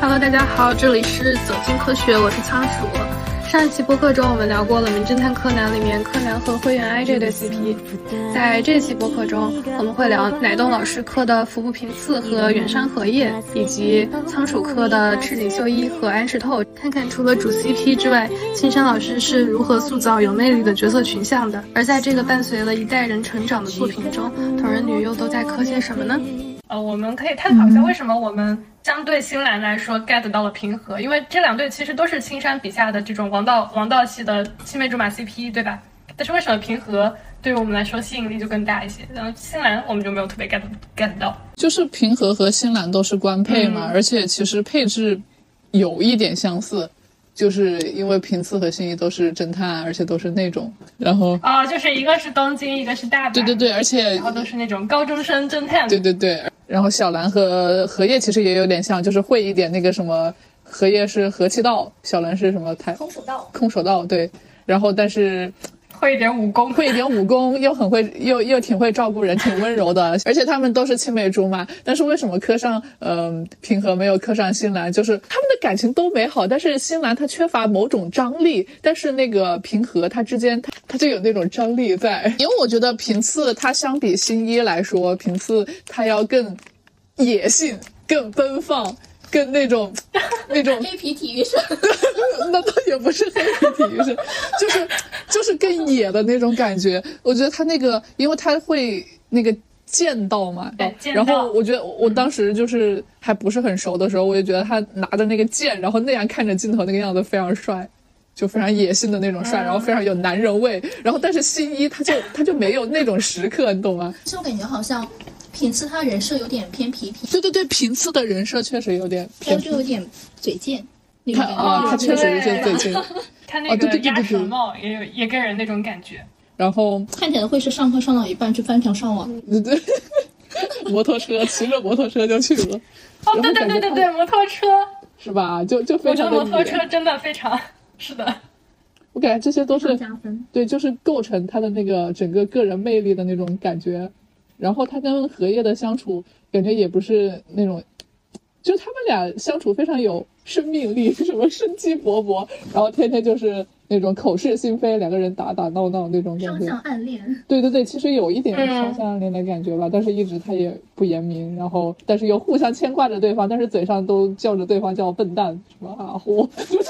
Hello， 大家好，这里是走进科学，我是仓鼠。上一期播客中，我们聊过了《名侦探柯南》里面柯南和灰原哀这对 CP。在这期播客中，我们会聊乃动老师磕的服部平次和远山和叶，以及仓鼠磕的赤井秀一和安石透，看看除了主 CP 之外，青山老师是如何塑造有魅力的角色群像的。而在这个伴随了一代人成长的作品中，同人女又都在磕些什么呢？我们可以探讨一下为什么我们相对新兰来说 get 到了平和，因为这两对其实都是青山笔下的这种王道系的青梅竹马 CP， 对吧？但是为什么平和对于我们来说吸引力就更大一些？然后新兰我们就没有特别 get 到。 就是平和和新兰都是官配嘛，而且其实配置有一点相似。就是因为平次和新一都是侦探，而且都是那种，然后就是一个是东京，一个是大阪， 对，而且然后都是那种高中生侦探， 对，然后小兰和荷叶其实也有点像，就是会一点那个什么，荷叶是和气道，小兰是什么空手道，对，然后但是会一点武功， 又很会，又挺会照顾人，挺温柔的，而且他们都是青梅竹马。但是为什么磕上平和没有磕上新兰？就是他们的感情都美好，但是新兰她缺乏某种张力，但是那个平和她之间她就有那种张力在。因为我觉得平次她相比新一来说，平次她要更野性，更奔放。跟那种黑皮体育生那倒也不是黑皮体育生，就是更野的那种感觉。我觉得他那个，因为他会那个剑道嘛，然后我觉得我当时就是还不是很熟的时候，我就觉得他拿着那个剑，然后那样看着镜头那个样子非常帅，就非常野性的那种帅，然后非常有男人味。然后但是新一他就没有那种时刻，你懂吗？ 其实我感觉好像平次他人设有点偏皮皮， 对，平次的人设确实有点偏皮， 他就有点嘴贱。 他确实是嘴贱， 他那个鸭舌帽也给人那种感觉。 然后看起来会是上课上到一半去翻墙上网， 对，摩托车骑着摩托车就去了。 对，摩托车是吧？就非常的。 我觉得摩托车真的非常是的。 我感觉这些都是加分， 对，就是构成他的那个整个个人魅力的那种感觉。然后他跟荷叶的相处，感觉也不是那种，就他们俩相处非常有生命力，什么生机勃勃，然后天天就是那种口是心非，两个人打打闹闹那种感觉。 双向暗恋。 对，其实有一点双向暗恋的感觉吧，但是一直他也不言明，然后但是又互相牵挂着对方，但是嘴上都叫着对方叫笨蛋什么啊呼，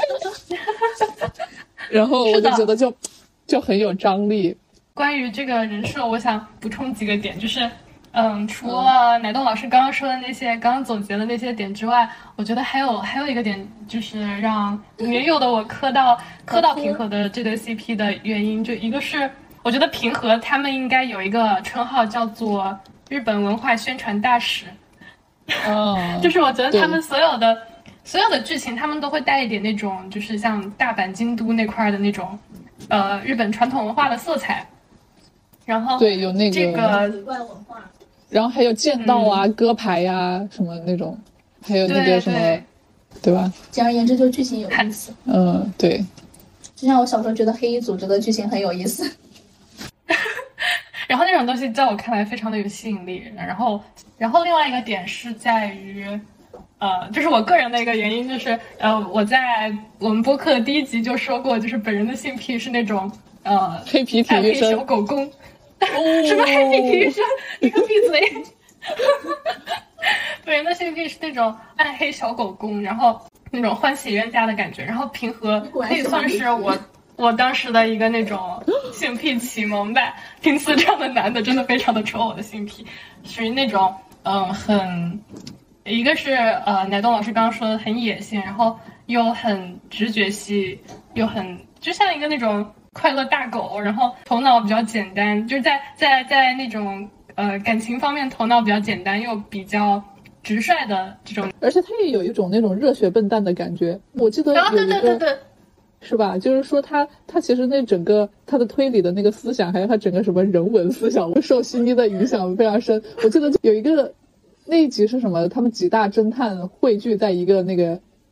然后我就觉得就很有张力。 关于这个人设，我想补充几个点，就是除了乃动老师刚刚说的那些，刚刚总结的那些点之外，我觉得还有一个点，就是让年幼的我磕到平和的这对 CP 的原因，就一个是我觉得平和他们应该有一个称号叫做日本文化宣传大使，就是我觉得他们所有的剧情，他们都会带一点那种，就是像大阪、京都那块的那种日本传统文化的色彩。然后对，有那个这个怪文化， 然后还有剑道啊、歌牌呀什么那种，还有那个什么，对吧？ 简而言之，就是剧情有意思。 对。 就像我小时候觉得黑衣组织的剧情很有意思， 然后那种东西在我看来非常的有吸引力。然后另外一个点是在于，就是我个人的一个原因，就是我在我们播客的第1集就说过，就是本人的性癖是那种黑皮体育生小狗公。什么黑皮体育生？你个闭嘴！本人的性癖是那种暗黑小狗公，然后那种欢喜冤家的感觉。然后平和可以算是我当时的一个那种性癖启蒙吧。平次这样的男的真的非常的戳我的性癖，属于那种一个是乃动老师刚刚说的很野性，然后又很直觉系，又很就像一个那种快乐大狗，然后头脑比较简单，就是在那种感情方面头脑比较简单又比较直率的这种， 而且他也有一种那种热血笨蛋的感觉。我记得有一个对， 是吧？就是说他其实那整个他的推理的那个思想，还有他整个什么人文思想，受新一的影响非常深。我记得有一个那一集是什么？他们几大侦探汇聚在一个那个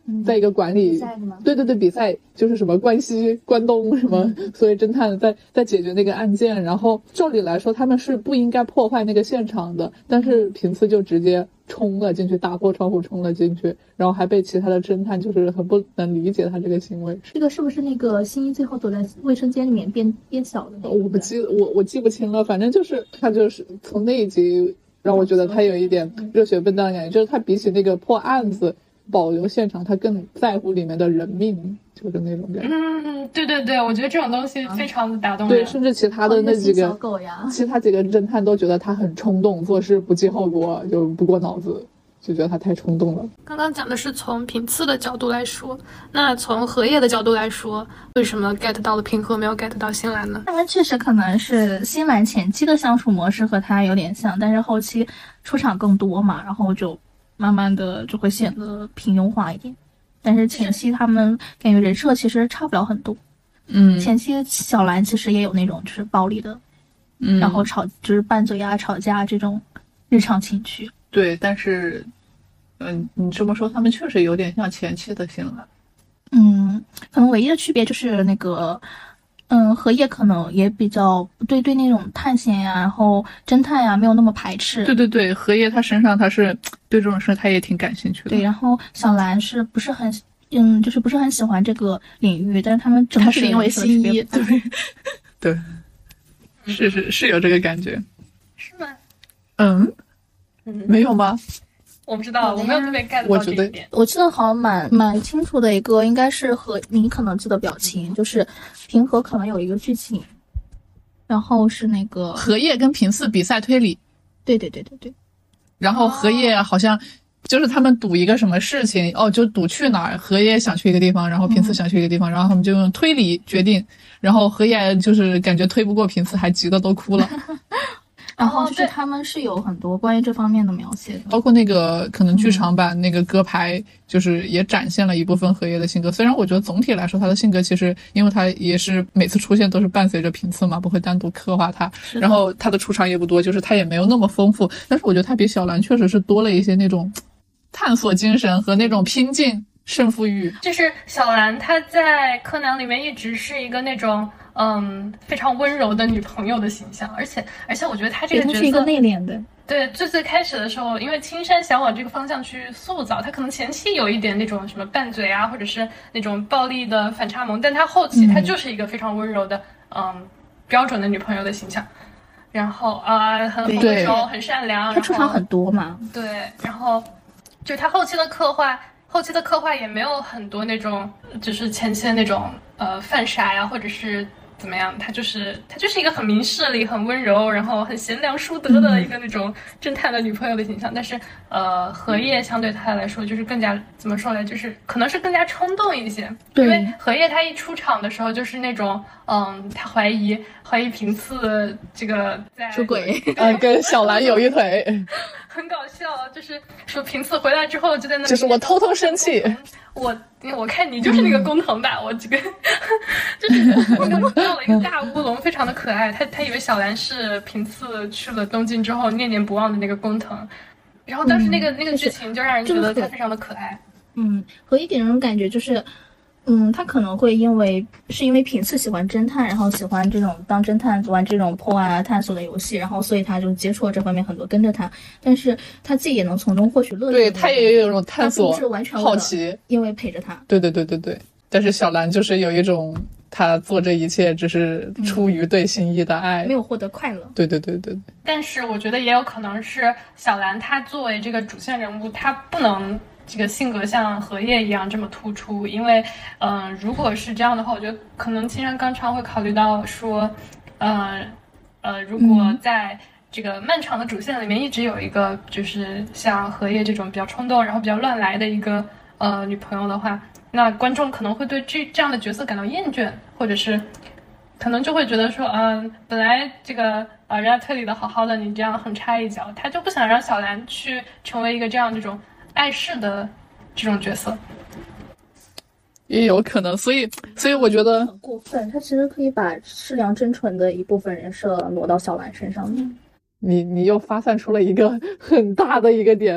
在一个馆里，对对对，比赛就是什么关西、关东什么，所以侦探在解决那个案件。然后照理来说他们是不应该破坏那个现场的，但是平次就直接冲了进去，打破窗户冲了进去，然后还被其他的侦探就是很不能理解他这个行为。 这个是不是那个新一最后躲在卫生间里面变小的那个？ 我记不清了，反正就是他就是从那一集让我觉得他有一点热血笨蛋的感觉，就是他比起那个破案子保留现场，他更在乎里面的人命，就是那种感觉。 对对对，我觉得这种东西非常的打动人。 对，甚至其他的那几个其他几个侦探都觉得他很冲动，做事不计后果，就不过脑子，就觉得他太冲动了。 刚刚讲的是从平次的角度来说，那从荷叶的角度来说，为什么 get 到了平和，没有 get 到新兰呢？ 他们确实可能是新兰前期的相处模式和他有点像，但是后期出场更多嘛，然后就慢慢的就会显得平庸化一点。但是前期他们感觉人设其实差不了很多。前期小兰其实也有那种就是暴力的，然后就是拌嘴啊、吵架这种日常情绪。 对，但是你这么说他们确实有点像前期的新兰。 可能唯一的区别就是那个荷叶可能也比较对那种探险呀，然后侦探呀没有那么排斥。 对对对，荷叶他身上他是对这种事他也挺感兴趣的。 对，然后小兰是不是很就是不是很喜欢这个领域，但是他们整个是因为新一，对对，是有这个感觉。 是吗？ 没有吗？ 我不知道，我没有特别 get 到这一点。 我记得好像蛮清楚的一个，应该是和你可能记得表情，就是平和可能有一个剧情，然后是那个荷叶跟平次比赛推理。 对。 然后荷叶好像就是他们赌一个什么事情，就赌去哪儿。荷叶想去一个地方，然后平次想去一个地方，然后他们就用推理决定。然后荷叶就是感觉推不过平次，还急得都哭了。 然后就是他们是有很多关于这方面的描写的， 包括那个可能剧场版那个歌牌，就是也展现了一部分荷叶的性格。虽然我觉得总体来说他的性格其实，因为他也是每次出现都是伴随着平次嘛，不会单独刻画他，然后他的出场也不多，就是他也没有那么丰富。但是我觉得他比小兰确实是多了一些那种探索精神和那种拼劲胜负欲。 就是小兰她在柯南里面一直是一个那种非常温柔的女朋友的形象，而且我觉得她这个角色是一个内敛的。 对，最开始的时候，因为青山想往这个方向去塑造，她可能前期有一点那种什么拌嘴啊，或者是那种暴力的反差萌，但她后期她就是一个非常温柔的标准的女朋友的形象，然后很温柔很善良， 她出场很多嘛。 对，然后就她后期的刻画也没有很多那种就是前期的那种犯傻呀，或者是怎么样，他就是一个很明事理、很温柔，然后很贤良淑德的一个那种侦探的女朋友的形象。但是荷叶相对他来说就是更加怎么说呢，就是可能是更加冲动一些。 对， 因为荷叶他一出场的时候就是那种他怀疑平次这个在出轨跟小兰有一腿。 很搞笑，就是说平次回来之后就在那， 就是我偷偷生气， 我看你就是那个工藤吧，我这个就是闹了一个大乌龙，非常的可爱。他以为小兰是平次去了东京之后念念不忘的那个工藤，然后当时那个剧情就让人觉得他非常的可爱。 和一点那种感觉就是。他可能会因为平次喜欢侦探，然后喜欢这种当侦探玩这种破案啊探索的游戏，然后所以他就接触了这方面很多，跟着他，但是他自己也能从中获取乐趣。 对，他也有一种探索， 不是完全好奇， 因为陪着他。 对。但是小兰就是有一种他做这一切只是出于对新一的爱， 没有获得快乐。对。 但是我觉得也有可能是小兰她作为这个主线人物，她不能这个性格像荷叶一样这么突出，因为如果是这样的话，我觉得可能青山刚昌会考虑到说如果在这个漫长的主线里面一直有一个就是像荷叶这种比较冲动然后比较乱来的一个女朋友的话，那观众可能会对这样的角色感到厌倦，或者是可能就会觉得说本来这个人家推理的好好的，你这样横插一脚，他就不想让小兰去成为一个这样这种碍事的这种角色。 也有可能，所以我觉得很过分，他其实可以把适良真纯的一部分人设挪到小兰身上。 你又发散出了一个很大的一个点，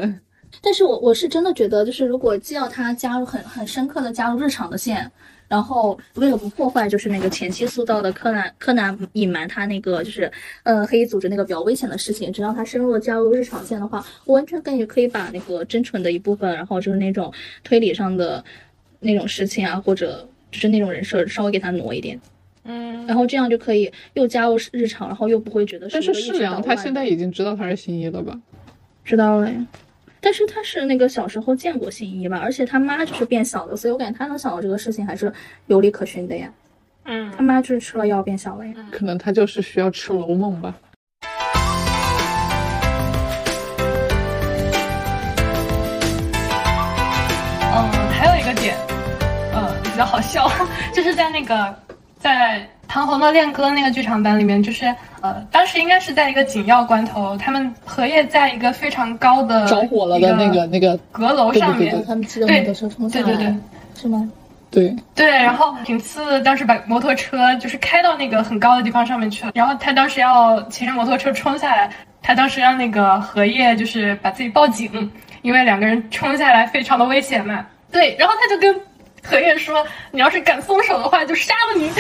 但是我是真的觉得，就是如果既要他加入很深刻的加入日常的线，然后为了不破坏就是那个前期塑造的柯南隐瞒他那个就是黑衣组织那个比较危险的事情，只要他深入的加入日常线的话，我完全可以把那个真纯的一部分，然后就是那种推理上的那种事情啊，或者就是那种人设稍微给他挪一点。然后这样就可以又加入日常，然后又不会觉得但是世良他现在已经知道他是新一了吧？ 知道了呀。但是他是那个小时候见过新一吧，而且他妈就是变小的，所以我感觉他能想到这个事情还是有理可循的呀。他妈就是吃了药变小了呀。 可能他就是需要吃楼梦吧。 还有一个点，比较好笑，就是在唐红的恋歌那个剧场版里面，就是当时应该是在一个紧要关头，他们荷叶在一个非常高的着火了的那个阁楼上面， 对他们骑着摩托车冲下来， 对， 是吗？ 对， 然后平次当时把摩托车就是开到那个很高的地方上面去了，然后他当时要骑着摩托车冲下来，他当时让那个荷叶就是把自己报警，因为两个人冲下来非常的危险嘛。对，然后他就跟荷叶说：“你要是敢松手的话，就杀了你。”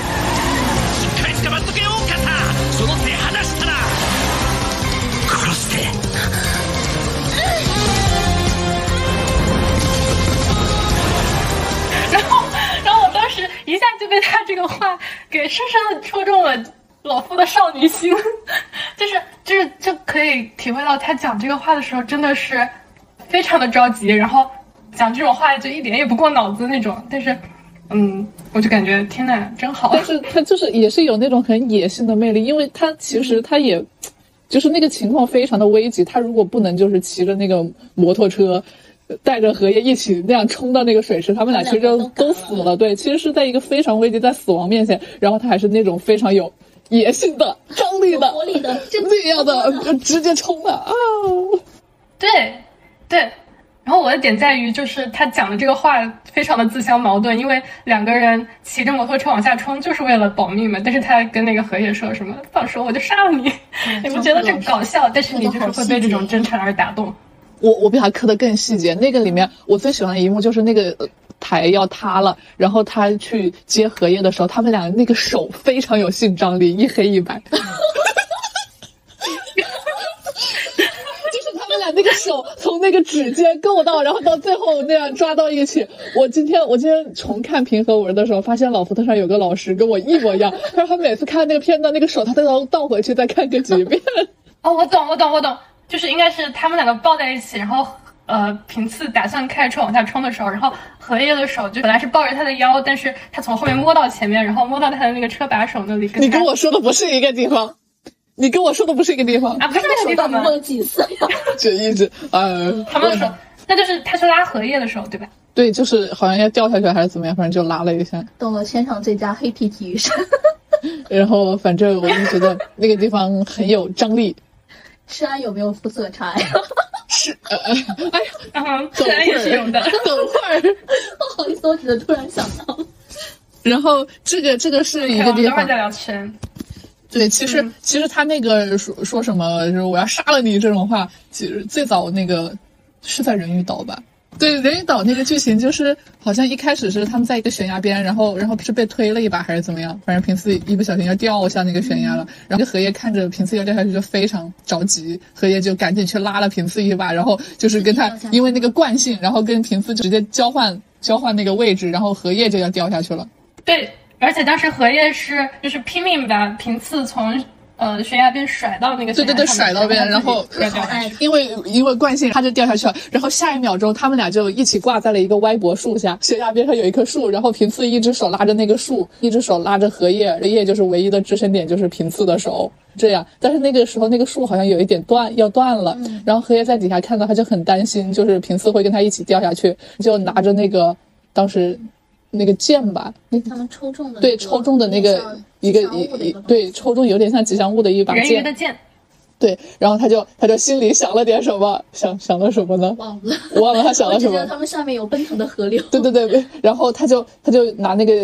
然后我当时一下就被他这个话给深深的戳中了老夫的少女心，就可以体会到他讲这个话的时候真的是非常的着急，然后讲这种话就一点也不过脑子那种。但是我就感觉天哪，真好。 但是他就是也是有那种很野性的魅力，因为他其实他也就是那个情况非常的危急，他如果不能就是骑着那个摩托车带着荷叶一起那样冲到那个水池，他们俩其实都死了。对，其实是在一个非常危急，在死亡面前，然后他还是那种非常有野性的、张力的、 活力的， 那样的直接冲的啊！ 对。然后我的点在于，就是他讲的这个话非常的自相矛盾，因为两个人骑着摩托车往下冲，就是为了保命嘛。但是他跟那个荷叶说什么放手我就杀了你，你们觉得这搞笑，但是你就是会被这种真诚而打动。 我比他磕得更细节，那个里面我最喜欢的一幕就是那个台要塌了，然后他去接荷叶的时候，他们俩那个手非常有性张力，一黑一白。那个手从那个指尖够到，然后到最后那样抓到一起。我今天重看平和文的时候，发现老福特上有个老师跟我一模一样，但是他每次看那个片段，那个手他都倒回去再看个几遍。 哦，我懂，就是应该是他们两个抱在一起，然后平次打算开车往下冲的时候，然后荷叶的手就本来是抱着他的腰，但是他从后面摸到前面，然后摸到他的那个车把手那里。 你跟我说的不是一个地方。你跟我说的不是一个地方啊，不是那个地方吗？ 摸了几次呀？ 就一直他们说那就是他去拉荷叶的时候，对吧？ 对，就是好像要掉下去还是怎么样，反正就拉了一下。 懂了，全场最佳黑皮体育生。 然后反正我就觉得那个地方很有张力。 诗安有没有肤色差呀？ 是， 自然也是有的。 等会儿， 不好意思，我只是突然想到。 然后这个是一个地方。 等会儿再聊圈。 对，其实他那个说什么就是我要杀了你这种话，其实最早那个是在人鱼岛吧？对，人鱼岛那个剧情就是好像一开始是他们在一个悬崖边，然后是被推了一把还是怎么样，反正平次一不小心要掉下那个悬崖了，然后荷叶看着平次要掉下去就非常着急，荷叶就赶紧去拉了平次一把，然后就是跟他因为那个惯性，然后跟平次直接交换那个位置，然后荷叶就要掉下去了。 对。而且当时荷叶就是拼命把平次从悬崖边甩到那个悬崖上面， 对，甩到边，然后因为惯性他就掉下去了，然后下一秒钟他们俩就一起挂在了一个歪脖树下，悬崖边上有一棵树，然后平次一只手拉着那个树，一只手拉着荷叶，荷叶就是唯一的支撑点就是平次的手，这样。但是那个时候那个树好像有一点要断了，然后荷叶在底下看到他就很担心，就是平次会跟他一起掉下去，就拿着那个当时那个剑吧， 他们抽中的对抽中的那个对抽中有点像吉祥物的一把剑， 人鱼的剑。 对，然后他就心里想了点什么，想了什么呢？忘了他想了什么。 我觉得他们下面有奔腾的河流。 对，然后他就拿那个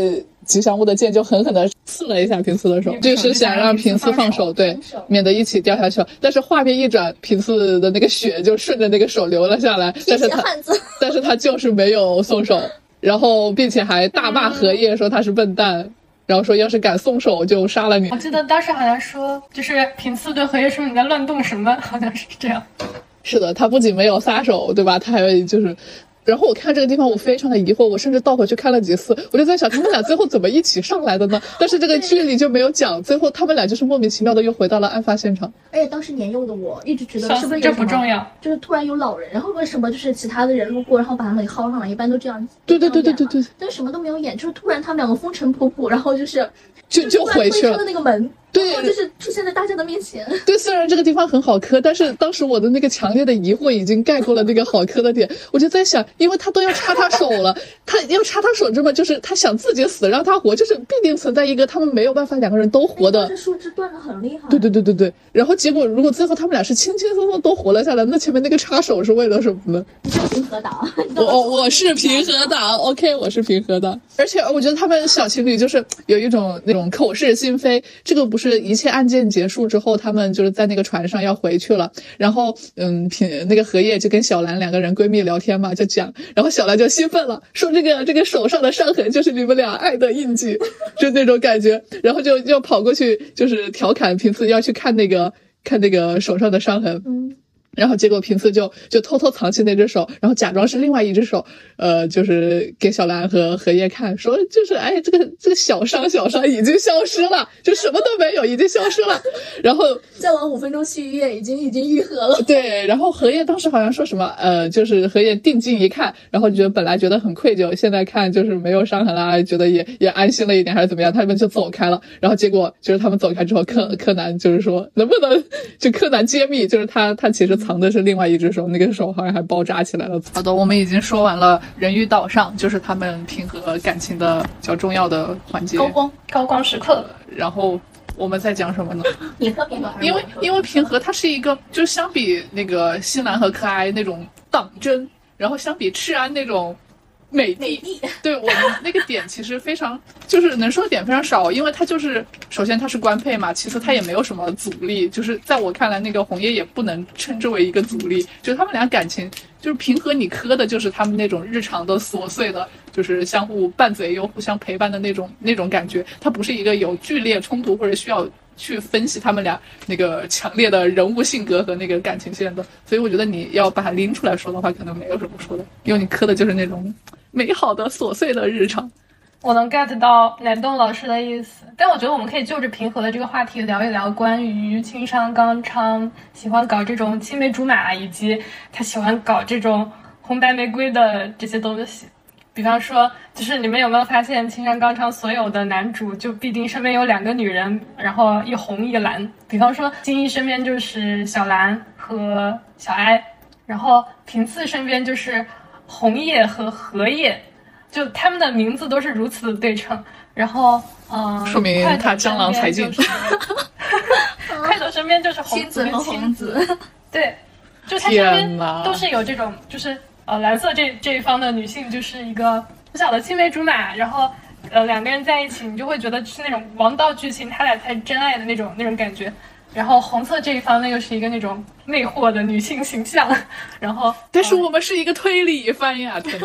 吉祥物的剑就狠狠的刺了一下平次的手，就是想让平次放手，对，免得一起掉下去。但是画面一转，平次的那个血就顺着那个手流了下来，但是他就是没有松手，然后并且还大骂荷叶说他是笨蛋，然后说要是敢松手就杀了你。 我记得当时好像说，就是平次对荷叶说你在乱动什么，好像是这样。 是的，他不仅没有撒手，对吧？他还就是。然后我看这个地方我非常的疑惑，我甚至倒回去看了几次，我就在想他们俩最后怎么一起上来的呢？但是这个剧里就没有讲，最后他们俩就是莫名其妙的又回到了案发现场。 而且当时年幼的我一直觉得是不是这不重要， 就是突然有老人，然后为什么就是其他的人路过，然后把他们给薅上来，一般都这样。 对， 但什么都没有演，就是突然他们两个风尘仆仆，然后就回去了的那个门。 对， 就是出现在大家的面前。 对，虽然这个地方很好磕，但是当时我的那个强烈的疑惑已经盖过了那个好磕的点。我就在想，因为他都要插他手了，他要插他手，这么就是他想自己死让他活，就是必定存在一个他们没有办法两个人都活的。 这树枝断得很厉害。 对。然后结果如果最后他们俩是轻轻松松都活了下来，那前面那个插手是为了什么呢？ 你是平和党。 我是平和党 ，OK， 我是平和党。而且我觉得他们小情侣就是有一种那种口是心非，这个不是一切案件结束之后，他们就是在那个船上要回去了，然后那个荷叶就跟小兰两个人闺蜜聊天嘛，就讲，然后小兰就兴奋了，说这个手上的伤痕就是你们俩爱的印记，就那种感觉，然后就跑过去就是调侃平次要去看那个手上的伤痕。然后结果平次就偷偷藏起那只手，然后假装是另外一只手，就是给小兰和荷叶看，说就是这个小伤已经消失了，就什么都没有，已经消失了。然后再晚5分钟去医院，已经愈合了。 对，然后荷叶当时好像说什么，就是荷叶定睛一看，然后本来觉得很愧疚，现在看就是没有伤痕啦，觉得也安心了一点还是怎么样，他们就走开了。然后结果就是他们走开之后，柯南就是说能不能就柯南揭秘，就是他其实藏的是另外一只手，那个手好像还包扎起来了。好的，我们已经说完了人鱼岛上就是他们平和感情的比较重要的环节， 高光时刻。 然后我们在讲什么呢？ 你和平和， 因为平和它是一个，就是相比那个西南和可爱那种党争，然后相比赤安那种美丽，对，我们那个点其实非常，就是能说的点非常少，因为它就是首先它是官配嘛，其次它也没有什么阻力，就是在我看来那个红叶也不能称之为一个阻力，就是他们俩感情就是平和你磕的就是他们那种日常的琐碎的，就是相互拌嘴又互相陪伴的那种感觉，它不是一个有剧烈冲突或者需要去分析他们俩那个强烈的人物性格和那个感情线的，所以我觉得你要把它拎出来说的话可能没有什么说的，因为你磕的就是那种美好的琐碎的日常。 我能 get 到南洞老师的意思，但我觉得我们可以就着平和的这个话题聊一聊关于青山刚昌喜欢搞这种青梅竹马，以及他喜欢搞这种红白玫瑰的这些东西。比方说，就是你们有没有发现青山刚昌所有的男主就必定身边有2个女人，然后一红一蓝。比方说金一身边就是小兰和小哀，然后平次身边就是红叶和荷叶，就他们的名字都是如此的对称。然后说明他江郎才尽。 快斗身边就是红子和青子，对，就他身边都是有这种，就是蓝色这一方的女性就是一个小小的青梅竹马，然后2个人在一起，你就会觉得是那种王道剧情，他俩才真爱的那种感觉。然后红色这一方呢，又是一个那种魅惑的女性形象。然后， 但是我们是一个推理番呀，天哪！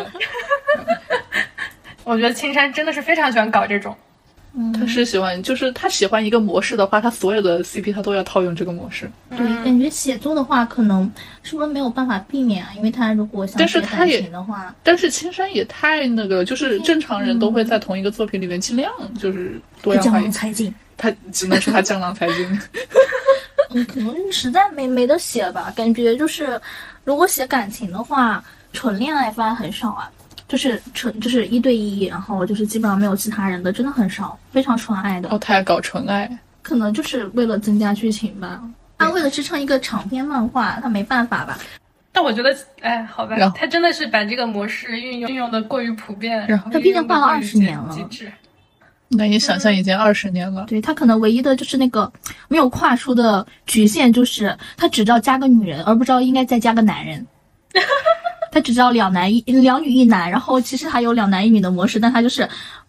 我觉得青山真的是非常喜欢搞这种。 他是喜欢，就是他喜欢一个模式的话，他所有的 CP 他都要套用这个模式。 对，感觉写作的话，可能是不是没有办法避免啊？因为他如果想写感情的话， 但是青山也太那个，就是正常人都会在同一个作品里面尽量就是多样化。 江郎才尽， 他只能说他江郎才尽。 可能实在没得写吧。感觉就是如果写感情的话，纯恋爱番很少啊。就是1对1，然后就是基本上没有其他人的，真的很少，非常纯爱的。 他还搞纯爱， 可能就是为了增加剧情吧。他为了支撑一个长篇漫画，他没办法吧。 但我觉得，好吧，他真的是把这个模式运用的过于普遍，然后他毕竟画了20年了， 难以想象已经20年了。 对，他可能唯一的就是那个没有跨出的局限，就是他只知道加个女人，而不知道应该再加个男人。他只知道2女1男，然后其实还有2男1女的模式，但他就是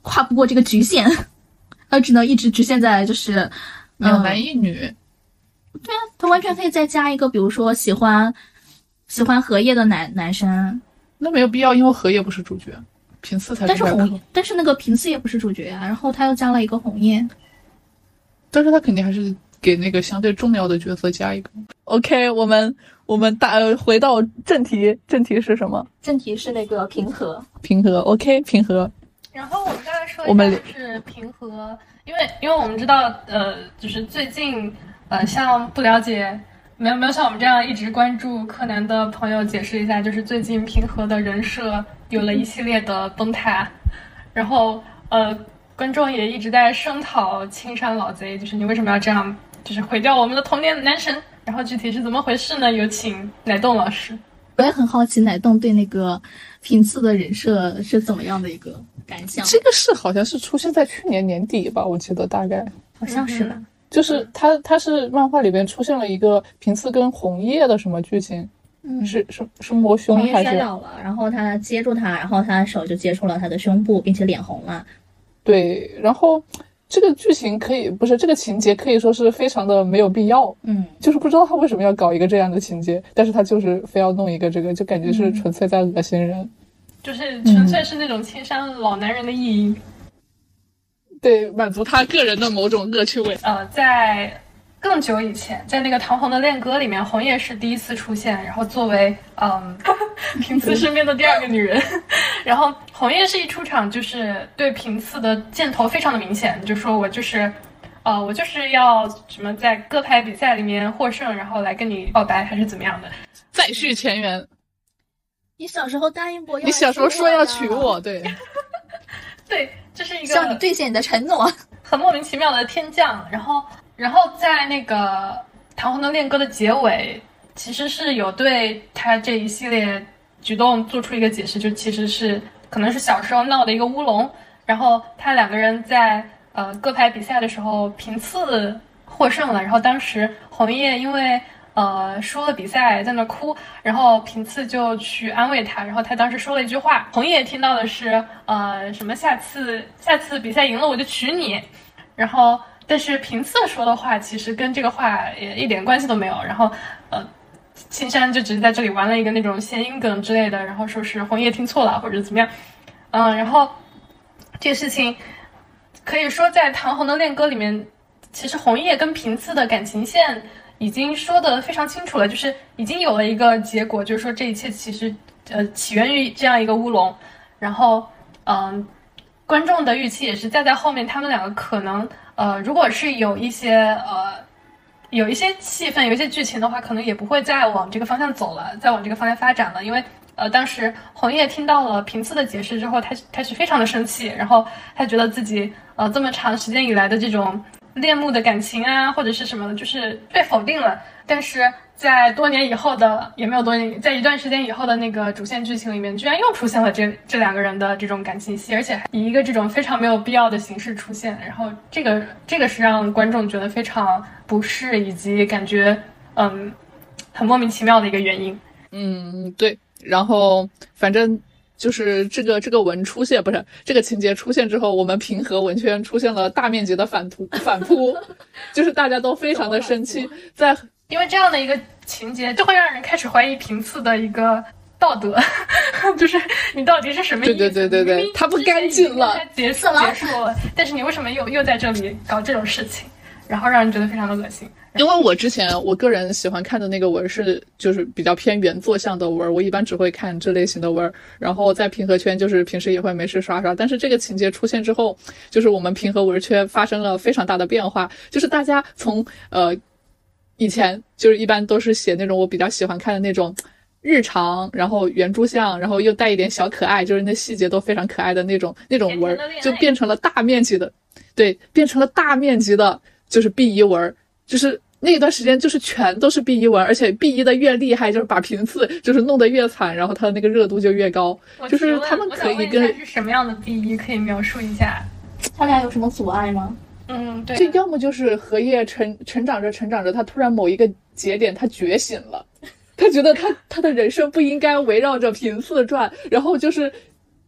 跨不过这个局限，他只能一直局限在就是两男一女。 对啊，他完全可以再加一个，比如说喜欢荷叶的男生。 那没有必要，因为荷叶不是主角，平次才是。 但是那个平次也不是主角啊，然后他又加了一个红叶。 但是他肯定还是给那个相对重要的角色加一个。OK， 我们回到正题，正题是什么？ 正题是那个平和。 OK， 平和。 然后我们刚才说一下是平和，因为我们知道就是最近像不了解没有像我们这样一直关注柯南的朋友解释一下，就是最近平和的人设有了一系列的崩塌，然后观众也一直在声讨青山老贼，就是你为什么要这样，就是毁掉我们的童年男神？然后具体是怎么回事呢？有请乃动老师。 我也很好奇乃动对那个平次的人设是怎么样的一个感想。 这个是好像是出现在去年年底吧，我记得大概好像是吧。 就是他是漫画里边出现了一个平次跟红叶的什么剧情？是摸胸还是？ 红叶摔倒了，然后他接住他，然后他的手就接触了他的胸部，并且脸红了。 对，然后这个剧情这个情节可以说是非常的没有必要。就是不知道他为什么要搞一个这样的情节，但是他就是非要弄一个这个，就感觉是纯粹在恶心人。 就是纯粹是那种青山老男人的意淫。 对，满足他个人的某种恶趣味。 在更久以前，在那个唐红的恋歌里面，红叶是第一次出现，然后作为平次身边的第二个女人，然后红叶是一出场就是对平次的箭头非常的明显，就说我就是要什么在歌牌比赛里面获胜，然后来跟你告白还是怎么样的， 再续前缘。 你小时候答应过， 你小时候说要娶我，对。 对，这是一个希望你兑现你的承诺， 很莫名其妙的天降。然后在那个唐红的恋歌的结尾，其实是有对他这一系列举动做出一个解释，就其实是可能是小时候闹的一个乌龙。然后他两个人在歌牌比赛的时候，平次获胜了，然后当时红叶因为输了比赛在那哭，然后平次就去安慰他，然后他当时说了一句话，红叶听到的是什么下次比赛赢了我就娶你，然后但是平次说的话其实跟这个话也一点关系都没有，然后青山就只是在这里玩了一个那种谐音梗之类的，然后说是红叶听错了或者怎么样，然后这个事情可以说在唐红的恋歌里面，其实红叶跟平次的感情线已经说得非常清楚了，就是已经有了一个结果，就是说这一切其实起源于这样一个乌龙，然后观众的预期也是在后面他们两个可能如果是有一些戏份有一些剧情的话，可能也不会再往这个方向走了，再往这个方向发展了，因为当时红叶听到了平次的解释之后，他是非常的生气，然后他觉得自己这么长时间以来的这种恋慕的感情啊或者是什么的就是被否定了，但是在多年以后的也没有多年，在一段时间以后的那个主线剧情里面居然又出现了这两个人的这种感情戏，而且以一个这种非常没有必要的形式出现，然后这个是让观众觉得非常不适以及感觉很莫名其妙的一个原因。 对，然后反正就是这个文出现，不是这个情节出现之后，我们平和文圈出现了大面积的反扑，就是大家都非常的生气， 因为这样的一个情节就会让人开始怀疑平次的一个道德，就是你到底是什么意思？ 对，他不干净了， 结束了，但是你为什么又在这里搞这种事情？然后让人觉得非常的恶心。 因为我个人喜欢看的那个文是就是比较偏原作向的文，我一般只会看这类型的文，然后在平和圈就是平时也会没事刷刷，但是这个情节出现之后，就是我们平和文圈发生了非常大的变化，就是大家从以前就是一般都是写那种我比较喜欢看的那种日常，然后原著向，然后又带一点小可爱，就是那细节都非常可爱的那种文，就变成了大面积的，对，变成了大面积的就是 B1 文，就是那一段时间就是全都是 B1 文，而且 B1 的越厉害，就是把频次就是弄得越惨，然后它的那个热度就越高。就是他们可以跟是什么样的 B1 可以描述一下？ 他俩有什么阻碍吗？ 对， 这要么就是荷叶成长着，他突然某一个节点他觉醒了，他觉得他的人生不应该围绕着频次转，然后就是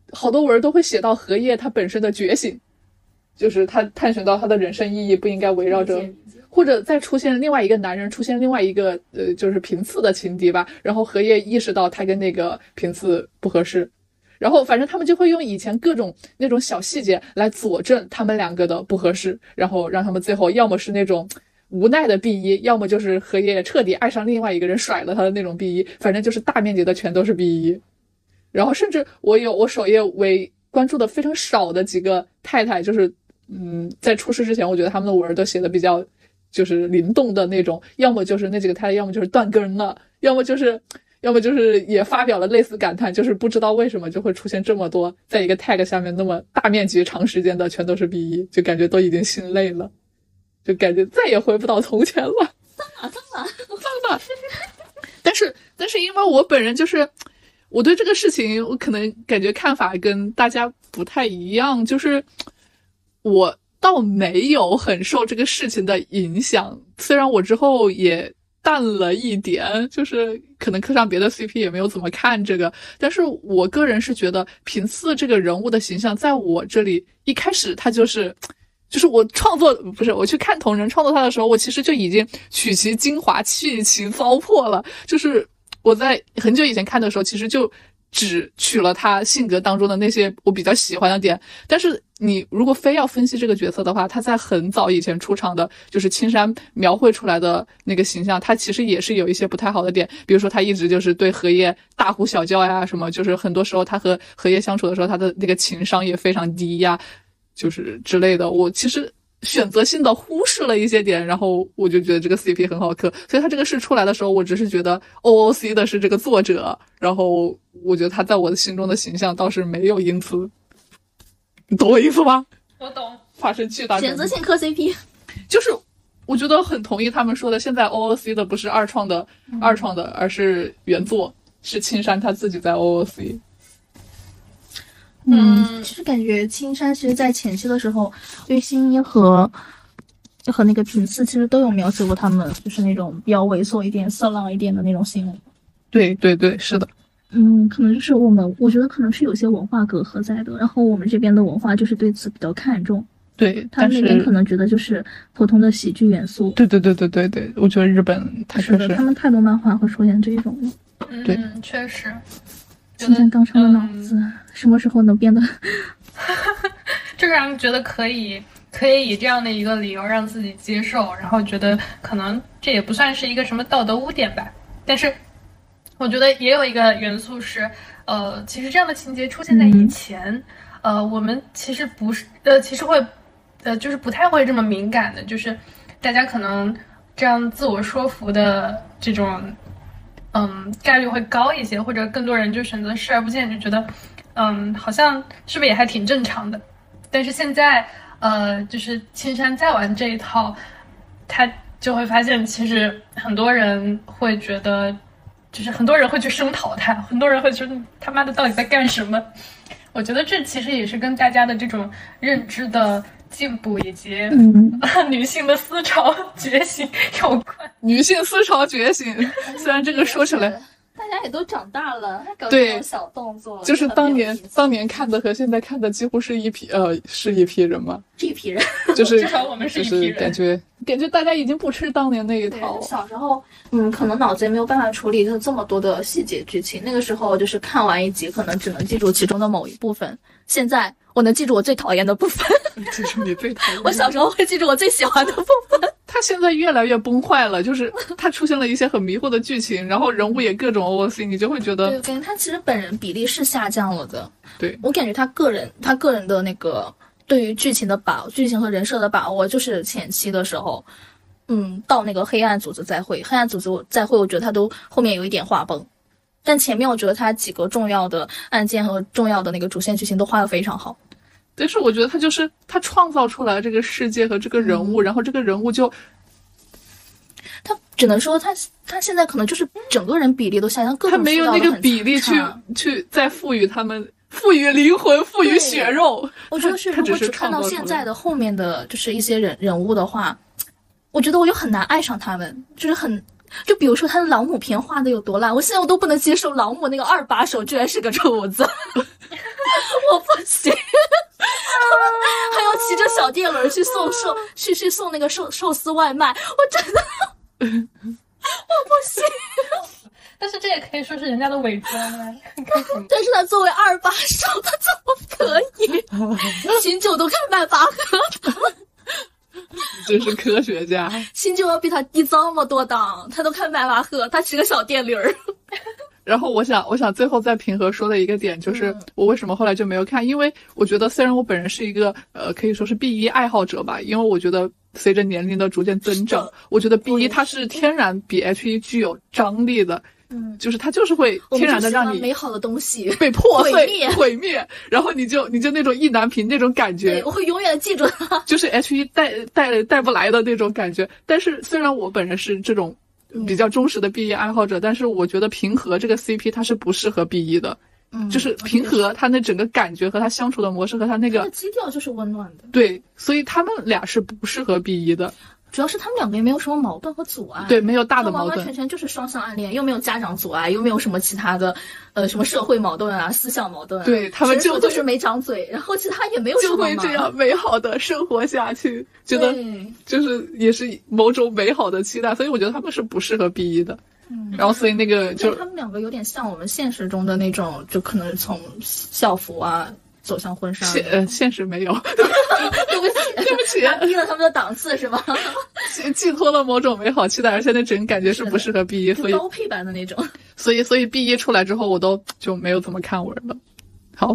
好多文都会写到荷叶他本身的觉醒，就是他探寻到他的人生意义不应该围绕着，或者再出现另外一个男人，出现另外一个就是平次的情敌吧，然后荷叶意识到他跟那个平次不合适，然后反正他们就会用以前各种那种小细节来佐证他们两个的不合适，然后让他们最后要么是那种无奈的 B1， 要么就是荷叶彻底爱上另外一个人甩了他的那种 B1， 反正就是大面积的全都是 B1。 然后甚至我首页为关注的非常少的几个太太，就是在出事之前我觉得他们的文都写的比较就是灵动的那种，要么就是那几个太太要么就是断根了，要么就是也发表了类似感叹，就是不知道为什么就会出现这么多在一个 tag 下面那么大面积长时间的全都是 B1， 就感觉都已经心累了，就感觉再也回不到从前了。脏了。但是因为我本人就是我对这个事情我可能感觉看法跟大家不太一样，就是我倒没有很受这个事情的影响，虽然我之后也淡了一点，就是可能课上别的 CP 也没有怎么看这个，但是我个人是觉得平次这个人物的形象在我这里一开始他就是我去看同人创作他的时候，我其实就已经取其精华去其糟粕了，就是我在很久以前看的时候其实就只取了他性格当中的那些我比较喜欢的点，但是你如果非要分析这个角色的话，他在很早以前出场的就是青山描绘出来的那个形象，他其实也是有一些不太好的点，比如说他一直就是对荷叶大呼小叫呀什么，就是很多时候他和荷叶相处的时候他的那个情商也非常低呀，就是之类的，我其实选择性的忽视了一些点，然后我就觉得这个 CP 很好磕，所以他这个事出来的时候我只是觉得 OOC 的是这个作者，然后我觉得他在我的心中的形象倒是没有因此，你懂我意思吗？ 我懂， 发生巨大选择性磕 CP， 就是我觉得很同意他们说的，现在 OOC 的不是二创的，而是原作，是青山他自己在 OOC。 其实感觉青山其实在前期的时候对新一和那个平次其实都有描写过他们就是那种比较猥琐一点色狼一点的那种行为。 对，是的。 可能就是我觉得可能是有些文化隔阂在的，然后我们这边的文化就是对此比较看重。 对， 他们那边可能觉得就是普通的喜剧元素。 对，我觉得日本他确实， 他们太多漫画会出现这种了。 对， 确实。 青山刚上的脑子，什么时候能变得？ 这个让人觉得可以以这样的一个理由让自己接受，然后觉得可能这也不算是一个什么道德污点吧。但是我觉得也有一个元素是，其实这样的情节出现在以前，我们其实不是，其实会，就是不太会这么敏感的，就是大家可能这样自我说服的这种。概率会高一些，或者更多人就选择视而不见，就觉得，好像是不是也还挺正常的。但是现在，就是青山在玩这一套，他就会发现，其实很多人会觉得，就是很多人会去声讨他，很多人会觉得他妈的到底在干什么？我觉得这其实也是跟大家的这种认知的进步以及女性的思潮觉醒有关。 女性思潮觉醒，虽然这个说起来大家也都长大了，搞这种小动作， 就是当年看的和现在看的几乎是一批人嘛， 这一批人， 就是至少我们是一批人， 感觉大家已经不吃当年那一套。 小时候可能脑子也没有办法处理就是这么多的细节剧情，那个时候就是看完一集可能只能记住其中的某一部分，现在我能记住我最讨厌的部分， 记住你最讨厌的部分。 我小时候会记住我最喜欢的部分。 他现在越来越崩坏了，就是他出现了一些很迷惑的剧情，然后人物也各种 OOC， 你就会觉得， 对，感觉他其实本人比例是下降了的。 对， 我感觉他个人的那个对于剧情和人设的把握，就是前期的时候，到那个黑暗组织再会，我觉得他都后面有一点画崩，但前面我觉得他几个重要的案件和重要的那个主线剧情都画得非常好。 但是我觉得他创造出来这个世界和这个人物，然后这个人物就， 他只能说他现在可能就是整个人比例都下降，各种他没有那个比例去再赋予他们，赋予灵魂，赋予血肉。 我觉得是，如果只看到现在的后面的就是一些人物的话，我觉得我又很难爱上他们，就比如说他的老母片画的有多烂，我现在都不能接受老母那个2把手居然是个丑子。 我不行。还要骑着小电轮去送那个寿司外卖，我真的我不行。 但是这也可以说是人家的伪装啊。 但是他作为二把手，他怎么可以？新九都看迈巴赫， 真是科学家。 新九要比他低这么多档，他都看迈巴赫，他骑个小电驴儿。 然后我想最后再平和说的一个点就是我为什么后来就没有看，因为我觉得虽然我本人是一个可以说是 B1 爱好者吧，因为我觉得随着年龄的逐渐增长，我觉得 B1 它是天然比 H1 具有张力的。就是它就是会天然的让你美好的东西被破碎毁灭，然后你就那种意难平那种感觉， 对，我会永远记住它， 就是 H1 带不来的那种感觉。但是虽然我本人是这种比较忠实的 B1 爱好者，但是我觉得平和这个 CP 它是不适合 B1 的。就是平和他那整个感觉和他相处的模式和他那个基调就是温暖的， 对，所以他们俩是不适合 B1 的。 主要是他们两个也没有什么矛盾和阻碍， 对，没有大的矛盾， 完完全全就是双向暗恋，又没有家长阻碍，又没有什么其他的什么社会矛盾啊、思想矛盾啊。 对，他们就是没张嘴，然后其他也没有什么就会这样美好的生活下去，觉得就是也是某种美好的期待，所以我觉得他们是不适合 B1 的。然后所以那个就他们两个有点像我们现实中的那种，就可能从校服啊走向婚纱。 现实没有。 对不起，拉低了他们的档次是吧？ 寄托了某种美好期待，而且那整个感觉是不适合 B1，所以高配版的那种。 所以 B1 出来之后，我都就没有怎么看文了。好，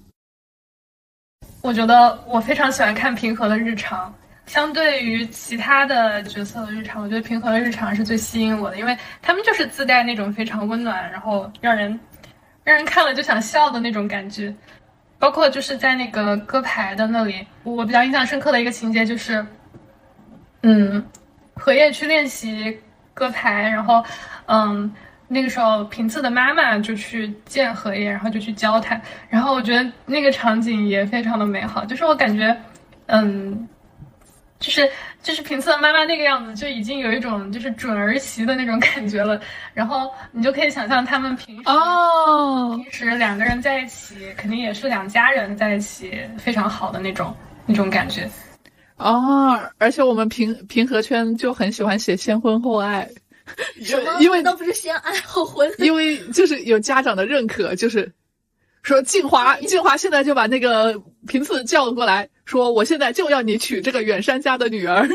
我觉得我非常喜欢看平和的日常。相对于其他的角色的日常，我觉得平和的日常是最吸引我的，因为他们就是自带那种非常温暖，然后让人看了就想笑的那种感觉。包括就是在那个歌牌的那里，我比较印象深刻的一个情节就是，荷叶去练习歌牌，然后那个时候平次的妈妈就去见荷叶，然后就去教他，然后我觉得那个场景也非常的美好，就是我感觉就是平次的妈妈那个样子，就已经有一种就是准儿媳的那种感觉了。然后你就可以想象他们平时两个人在一起，肯定也是两家人在一起非常好的那种感觉。 而且我们平和圈就很喜欢写先婚后爱， 因为都不是先爱后婚， 因为就是有家长的认可，就是说静华现在就把那个平次叫过来，说我现在就要你娶这个远山家的女儿。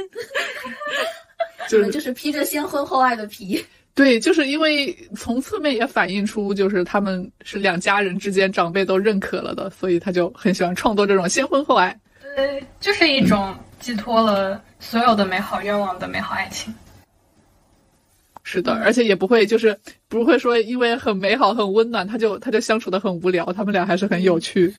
就是披着先婚后爱的皮。 对，就是因为从侧面也反映出就是他们是两家人之间长辈都认可了的，所以他就很喜欢创作这种先婚后爱。 对，就是一种寄托了所有的美好愿望的美好爱情。 是的，而且也不会说因为很美好很温暖他就相处得很无聊，他们俩还是很有趣。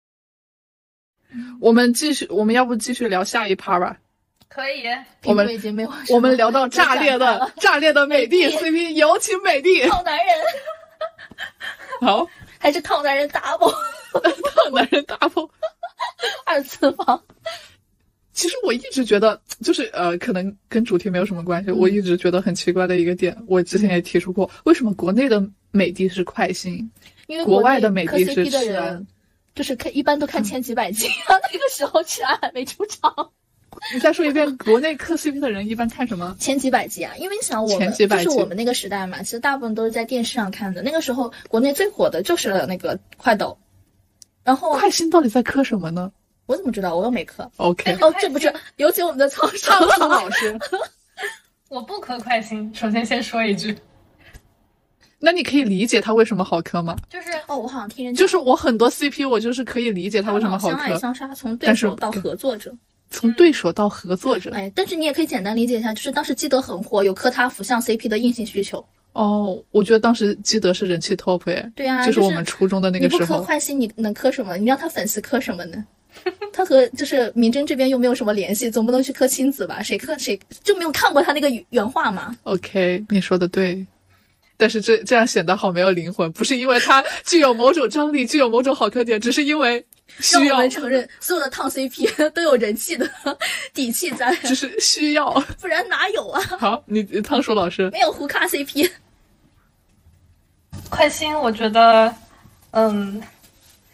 我们要不继续聊下一 part 吧？ 可以。 我们聊到炸裂的美帝 CP， 有请美帝。 套男人。 好， 还是套男人 double。 套男人 double。 二次方。 其实我一直觉得，就是可能跟主题没有什么关系。我一直觉得很奇怪的一个点，我之前也提出过，为什么国内的美帝是快星， 因为国外的美帝是赤安， 就是一般都看千几百集啊，那个时候赤安还没出场。 你再说一遍，国内磕 CP 的人一般看什么？ 千几百集啊，因为你想我们就是我们那个时代嘛，其实大部分都是在电视上看的。那个时候国内最火的就是那个快抖，然后快星到底在磕什么呢？ 我怎么知道？我又没磕。 OK。 这不是，有请我们的曹老师。 我不磕快星，首先先说一句。 那你可以理解他为什么好磕吗？ 就是我好像听人讲， 就是我很多 CP 我就是可以理解他为什么好磕。 相爱相杀，从对手到合作者。 从对手到合作者。 但是你也可以简单理解一下，就是当时基德很火，有磕他辅相 CP 的硬性需求。 我觉得当时基德是人气 top 对啊， 就是我们初中的那个时候。 你不磕快星，你能磕什么？你让他粉丝磕什么呢？他和就是明侦这边又没有什么联系，总不能去磕亲子吧？谁磕谁就没有看过他那个原话嘛 ？OK， 你说的对，但是这样显得好没有灵魂，不是因为他具有某种张力，具有某种好磕点，只是因为需要。 让我们承认，所有的烫 CP 都有人气的底气在， 只是需要， 不然哪有啊？ 好，你汤叔老师没有胡咖 CP。 快星，我觉得，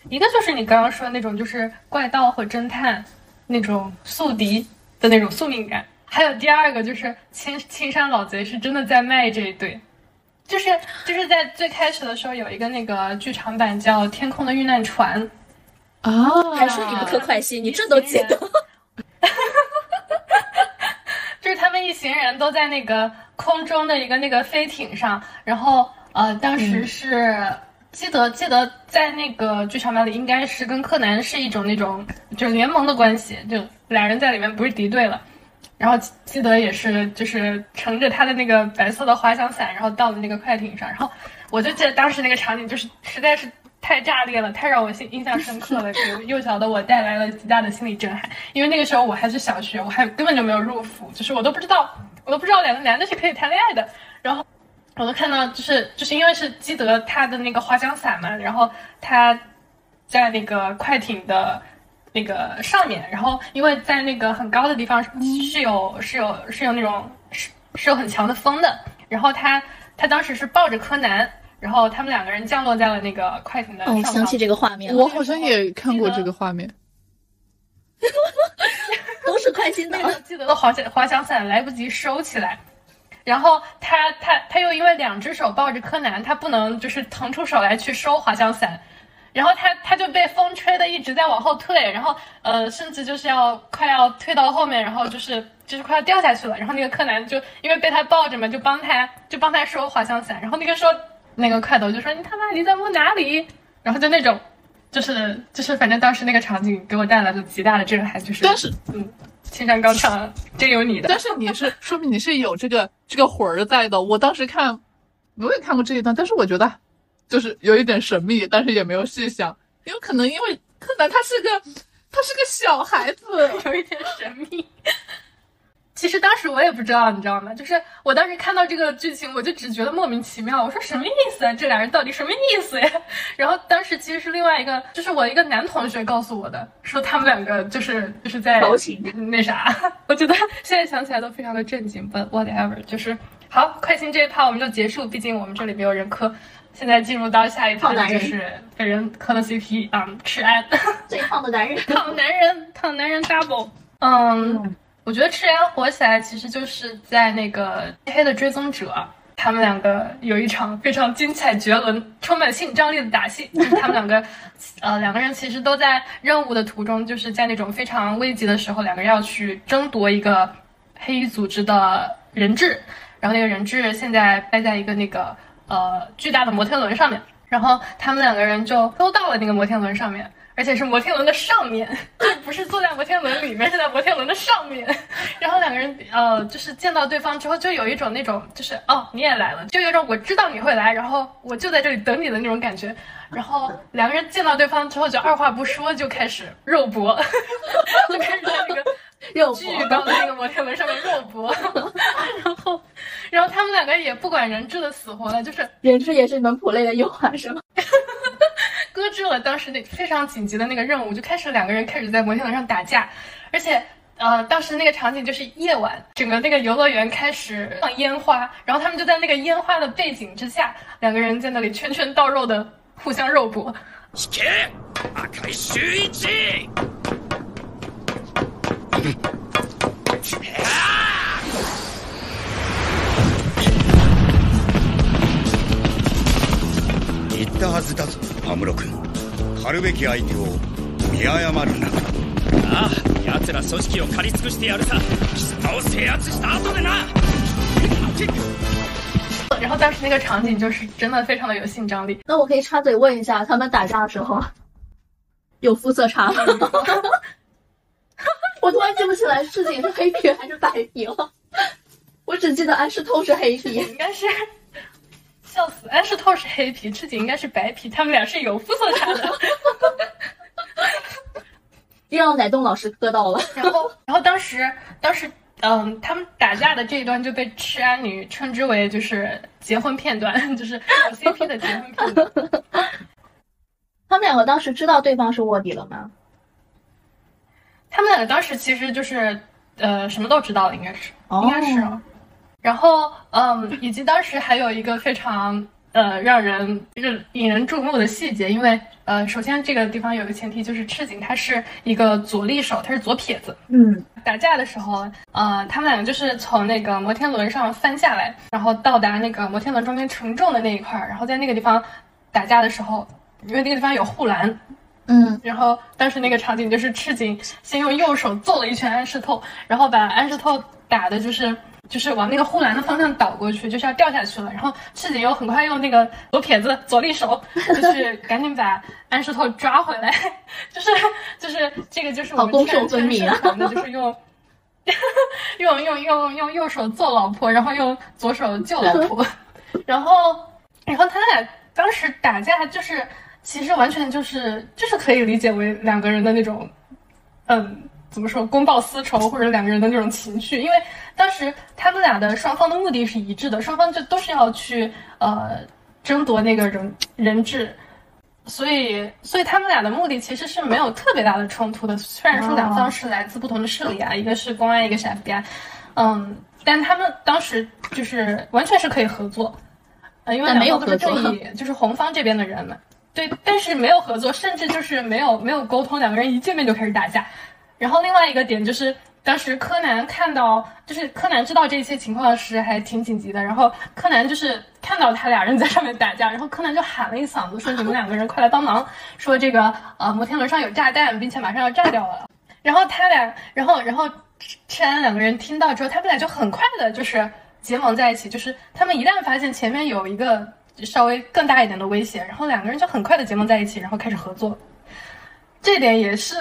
一个就是你刚刚说的那种，就是怪盗和侦探那种宿敌的那种宿命感，还有第二个就是青山老贼是真的在卖这一对。就是在最开始的时候有一个那个剧场版叫《天空的遇难船》 啊，还说你不嗑快心，你这都记得。 就是他们一行人都在那个空中的一个那个飞艇上，然后当时是记得在那个剧场版里应该是跟柯南是一种那种就是联盟的关系，就俩人在里面不是敌对了。然后记得也是就是乘着他的那个白色的滑翔伞，然后到了那个快艇上，然后我就记得当时那个场景就是实在是太炸裂了，太让我印象深刻了，给幼小的我带来了极大的心理震撼。因为那个时候我还是小学，我还根本就没有入府，就是我都不知道两个男的是可以谈恋爱的。然后我都看到就是因为是基德他的那个滑翔伞嘛，然后他在那个快艇的那个上面，然后因为在那个很高的地方是有那种是有很强的风的，然后他当时是抱着柯南，然后他们两个人降落在了那个快艇的上方。 想起这个画面， 我好像也看过这个画面， 都是快心的。 记得的滑翔伞来不及收起来，然后他又因为两只手抱着柯南，他不能就是腾出手来去收滑翔伞。然后他就被风吹的一直在往后退，然后甚至就是快要退到后面，然后就是快要掉下去了。然后那个柯南就因为被他抱着嘛，就帮他收滑翔伞。然后那个时候那个快斗就说你他妈你在摸哪里？然后就那种就是反正当时那个场景给我带来了极大的震撼，就是但是青山刚昌真有你的。 但是你是说明你是有这个魂儿在的。我当时我也看过这一段，但是我觉得就是有一点神秘，但是也没有细想，因为可能因为柯南他是个小孩子， 有一点神秘。其实当时我也不知道，你知道吗？就是我当时看到这个剧情，我就只觉得莫名其妙。我说什么意思啊？这俩人到底什么意思呀？然后当时其实是另外一个，就是我一个男同学告诉我的，说他们两个就是在调情那啥。我觉得现在想起来都非常的震惊。But whatever， 就是好，快心这一趴我们就结束，毕竟我们这里没有人磕。现在进入到下一趴，就是被人磕了 CP 赤安， 最胖的男人， 烫男人 double。我觉得赤安火起来其实就是在那个黑的追踪者，他们两个有一场非常精彩绝伦、充满性张力的打戏。就是他们两个人其实都在任务的途中，就是在那种非常危急的时候，两个人要去争夺一个黑衣组织的人质，然后那个人质现在待在一个那个巨大的摩天轮上面，然后他们两个人就都到了那个摩天轮上面，而且是摩天轮的上面，就不是坐在摩天轮里面，是在摩天轮的上面。然后两个人就是见到对方之后，就有一种那种就是你也来了，就有一种我知道你会来，然后我就在这里等你的那种感觉。然后两个人见到对方之后，就二话不说就开始肉搏，就开始在那个巨高的那个摩天轮上面肉搏。然后他们两个也不管人质的死活了，就是人质也是你们普类的诱惑是吗？ 搁置了当时那非常紧急的那个任务，就两个人开始在摩天轮上打架，而且当时那个场景就是夜晚，整个那个游乐园开始放烟花，然后他们就在那个烟花的背景之下，两个人在那里拳拳到肉的互相肉搏。 引け赤い周一言ったはずだぞ安室君、狩るべき相手を見誤るな。 ああ、奴ら組織を狩り尽くしてやるさ。貴様を制圧した後でな。 然后当时那个场景就是真的非常的有性张力。 那我可以插嘴问一下，他们打架的时候有肤色差吗？我突然记不起来赤井是黑皮还是白皮了，我只记得安室透是黑皮， 应该是。笑死，安室透是黑皮，赤井应该是白皮，他们俩是有肤色差的。 让奶冻老师磕到了。 然后当时他们打架的这一段就被赤安女称之为就是结婚片段，就是有 CP 的结婚片段。 他们两个当时知道对方是卧底了吗？ 他们两个当时其实就是什么都知道了，应该是。然后以及当时还有一个非常让人引人注目的细节，因为首先这个地方有一个前提，就是赤井他是一个左利手，他是左撇子。打架的时候，他们两个就是从那个摩天轮上翻下来，然后到达那个摩天轮中间承重的那一块，然后在那个地方打架的时候，因为那个地方有护栏。然后当时那个场景就是赤井先用右手揍了一拳安室透，然后把安室透打的就是往那个护栏的方向倒过去，就是要掉下去了。然后赤井又很快用那个左撇子左利手，就是赶紧把安室透抓回来。就是这个就是我们攻守分明啊， 就是用右手揍老婆，然后用左手救老婆。然后他俩当时打架就是其实完全就是可以理解为两个人的那种怎么说公报私仇，或者两个人的那种情绪。因为当时他们俩的双方的目的是一致的，双方就都是要去争夺那个人质，所以他们俩的目的其实是没有特别大的冲突的。虽然说两方是来自不同的势力啊，一个是公安，一个是 FBI，但他们当时就是完全是可以合作，因为两方都是正义，就是红方这边的人嘛。对，但是没有合作，甚至就是没有沟通，两个人一见面就开始打架。然后另外一个点就是，当时柯南看到，就是柯南知道这些情况时还挺紧急的，然后柯南就是看到他俩人在上面打架，然后柯南就喊了一嗓子说：“你们两个人快来帮忙！”说这个摩天轮上有炸弹，并且马上要炸掉了。然后他俩，然后赤安两个人听到之后，他们俩就很快的就是结盟在一起，就是他们一旦发现前面有一个稍微更大一点的威胁，然后两个人就很快的结盟在一起，然后开始合作。这点也是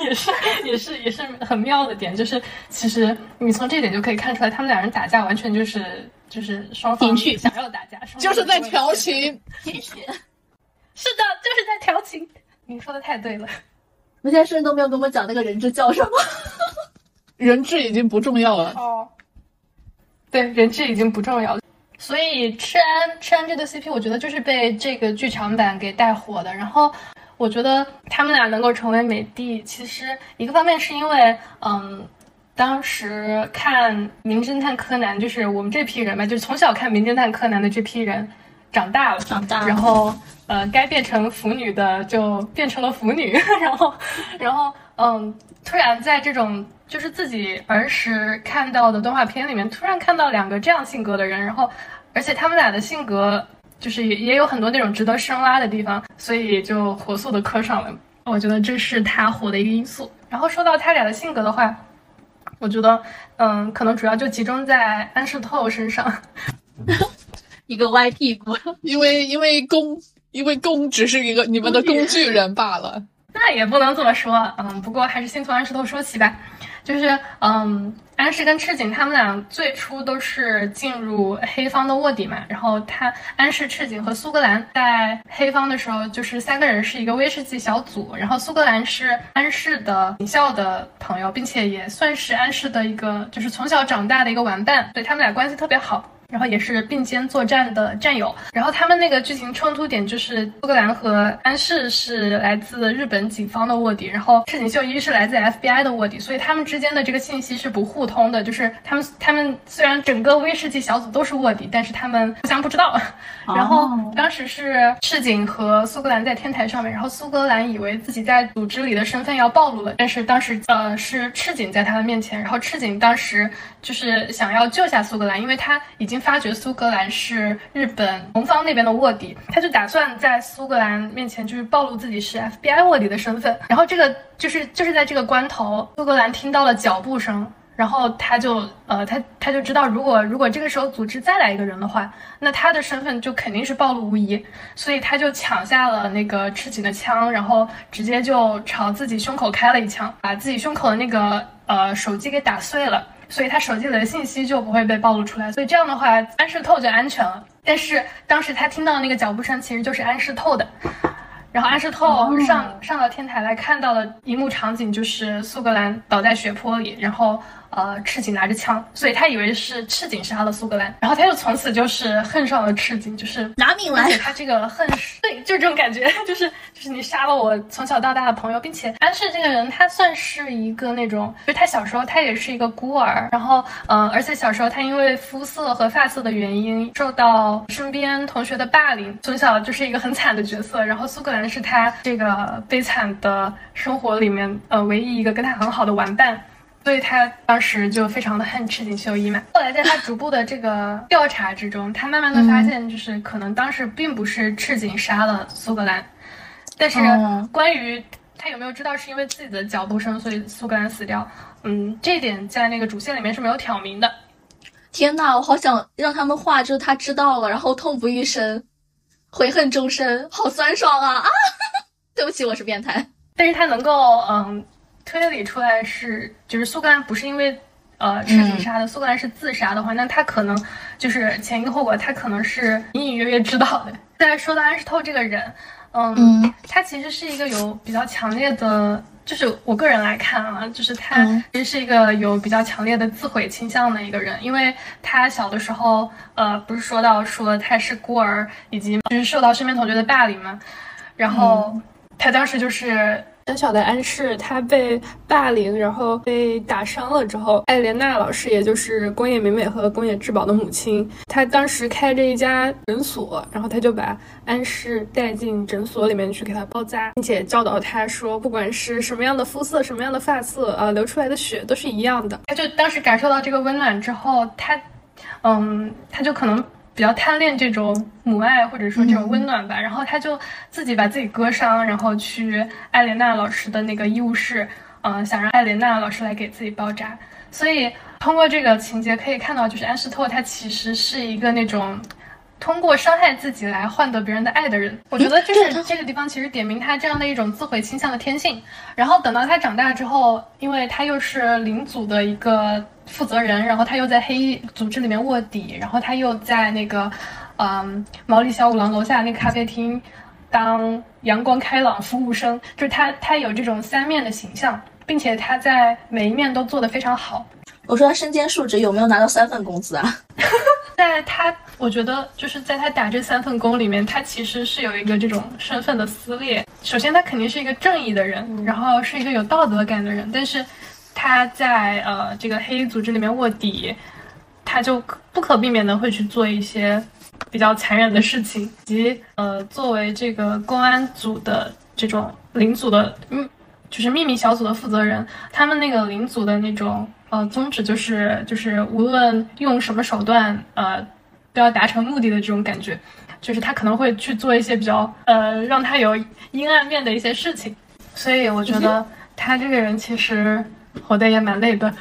很妙的点，就是其实你从这点就可以看出来，他们两人打架完全就是双方想要打架， 就是在调情。 是的，就是在调情。你说的太对了。 我现在甚至都没有跟我讲那个人质叫什么。 人质已经不重要了。 对，人质已经不重要了。所以赤安这对 CP 我觉得就是被这个剧场版给带火的。然后我觉得他们俩能够成为美帝，其实一个方面是因为当时看名侦探柯南，就是我们这批人吧，就是从小看名侦探柯南的这批人长大了，然后该变成腐女的就变成了腐女。然后突然在这种就是自己儿时看到的动画片里面，突然看到两个这样性格的人，然后而且他们俩的性格就是也有很多那种值得深挖的地方，所以就火速的磕上了。我觉得这是他火的一个因素。然后说到他俩的性格的话，我觉得可能主要就集中在安室透身上。 一个歪屁股， 因为公只是一个你们的工具人罢了。 那也不能这么说，不过还是先从安室透说起吧。就是安室跟赤井他们俩最初都是进入黑方的卧底嘛，然后安室、赤井和苏格兰在黑方的时候，就是三个人是一个威士忌小组，然后苏格兰是安室的警校的朋友，并且也算是安室的一个就是从小长大的一个玩伴，对他们俩关系特别好。然后也是并肩作战的战友，然后他们那个剧情冲突点就是苏格兰和安室是来自日本警方的卧底，然后赤井秀一是来自 FBI 的卧底，所以他们之间的这个信息是不互通的，就是他们虽然整个威士忌小组都是卧底，但是他们互相不知道。然后当时是赤井和苏格兰在天台上面，然后苏格兰以为自己在组织里的身份要暴露了，但是当时是赤井在他的面前，然后赤井当时就是想要救下苏格兰，因为他已经发觉苏格兰是日本红方那边的卧底，他就打算在苏格兰面前就是暴露自己是 FBI 卧底的身份。然后这个就是在这个关头，苏格兰听到了脚步声，然后他就知道如果这个时候组织再来一个人的话，那他的身份就肯定是暴露无遗，所以他就抢下了那个赤井的枪，然后直接就朝自己胸口开了一枪，把自己胸口的那个手机给打碎了。所以他手机里的信息就不会被暴露出来，所以这样的话安室透就安全了。但是当时他听到那个脚步声其实就是安室透的，然后安室透上到天台来看到的一幕场景就是苏格兰倒在血泊里，然后赤井拿着枪，所以他以为是赤井杀了苏格兰，然后他就从此就是恨上了赤井，就是拿命来。 而且他这个恨是，对，就是这种感觉，就是你杀了我从小到大的朋友，并且安室这个人他算是一个那种，就是他小时候他也是一个孤儿，然后而且小时候他因为肤色和发色的原因受到身边同学的霸凌，从小就是一个很惨的角色，然后苏格兰是他这个悲惨的生活里面唯一一个跟他很好的玩伴。所以他当时就非常的恨赤井秀一嘛。后来在他逐步的这个调查之中，他慢慢的发现，就是可能当时并不是赤井杀了苏格兰，但是关于他有没有知道是因为自己的脚步声所以苏格兰死掉，这一点在那个主线里面是没有挑明的。 天哪，我好想让他们画，就是他知道了，然后痛不欲生，悔恨终身，好酸爽啊！啊，对不起，我是变态。 但是他能够推理出来就是苏格兰不是因为赤井杀的，苏格兰是自杀的话，那他可能就是前因后果，他可能是隐隐约约知道的。再说到安室透这个人，他其实是一个有比较强烈的，就是我个人来看啊，就是他其实是一个有比较强烈的自毁倾向的一个人，因为他小的时候不是说他是孤儿，以及就是受到身边同学的霸凌嘛，然后他当时就是小的安室，他被霸凌，然后被打伤了之后，艾莲娜老师，也就是宫野美美和宫野志保的母亲，她当时开着一家诊所，然后她就把安室带进诊所里面去给他包扎，并且教导他说，不管是什么样的肤色、什么样的发色，流出来的血都是一样的。他就当时感受到这个温暖之后，他就可能比较贪恋这种母爱或者说这种温暖吧，然后他就自己把自己割伤，然后去艾莲娜老师的那个医务室，想让艾莲娜老师来给自己包扎。所以通过这个情节可以看到，就是安室透他其实是一个那种通过伤害自己来换得别人的爱的人。我觉得就是这个地方其实点明他这样的一种自毁倾向的天性。然后等到他长大之后，因为他又是领组的一个负责人，然后他又在黑衣组织里面卧底，然后他又在那个毛利小五郎楼下那个咖啡厅当阳光开朗服务生，就是他有这种三面的形象，并且他在每一面都做得非常好。 我说他身兼数职，有没有拿到3份工资啊？ 我觉得就是在他打这3份工里面，他其实是有一个这种身份的撕裂。首先他肯定是一个正义的人，然后是一个有道德感的人，但是他在这个黑衣组织里面卧底，他就不可避免的会去做一些比较残忍的事情，以及作为这个公安组的这种领组的就是秘密小组的负责人，他们那个领组的那种宗旨就是无论用什么手段都要达成目的的这种感觉，就是他可能会去做一些比较让他有阴暗面的一些事情，所以我觉得他这个人其实活得也蛮累的。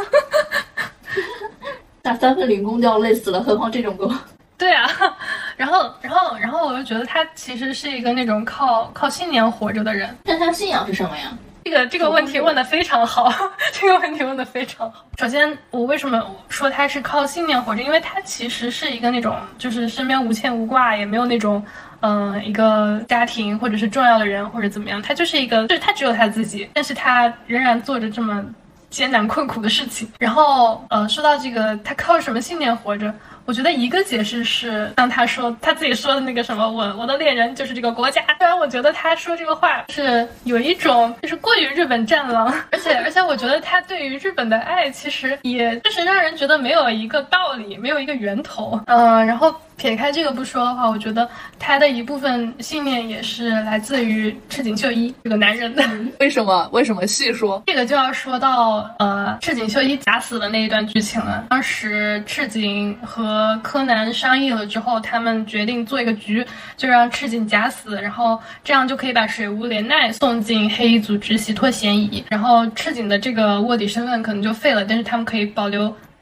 打3份零工就要累死了，何况这种工。 对啊，然后我就觉得他其实是一个那种靠信念活着的人。 但他信仰是什么呀？ 这个问题问得非常好，这个问题问得非常好。首先，我为什么说他是靠信念活着？因为他其实是一个那种就是身边无牵无挂，也没有那种一个家庭或者是重要的人或者怎么样，他就是一个，就是他只有他自己，但是他仍然做着这么艰难困苦的事情。然后说到这个他靠什么信念活着，我觉得一个解释是当他自己说的那个什么我的恋人就是这个国家。虽然我觉得他说这个话是有一种就是过于日本战狼，而且我觉得他对于日本的爱其实也就是让人觉得没有一个道理，没有一个源头。然后撇开这个不说的话，我觉得他的一部分信念也是来自于赤井秀一这个男人的。 为什么细说？ 这个就要说到赤井秀一假死的那一段剧情了。当时赤井和柯南商议了之后，他们决定做一个局，就让赤井假死，然后这样就可以把水无怜奈送进黑衣组织洗脱嫌疑，然后赤井的这个卧底身份可能就废了，但是他们可以保留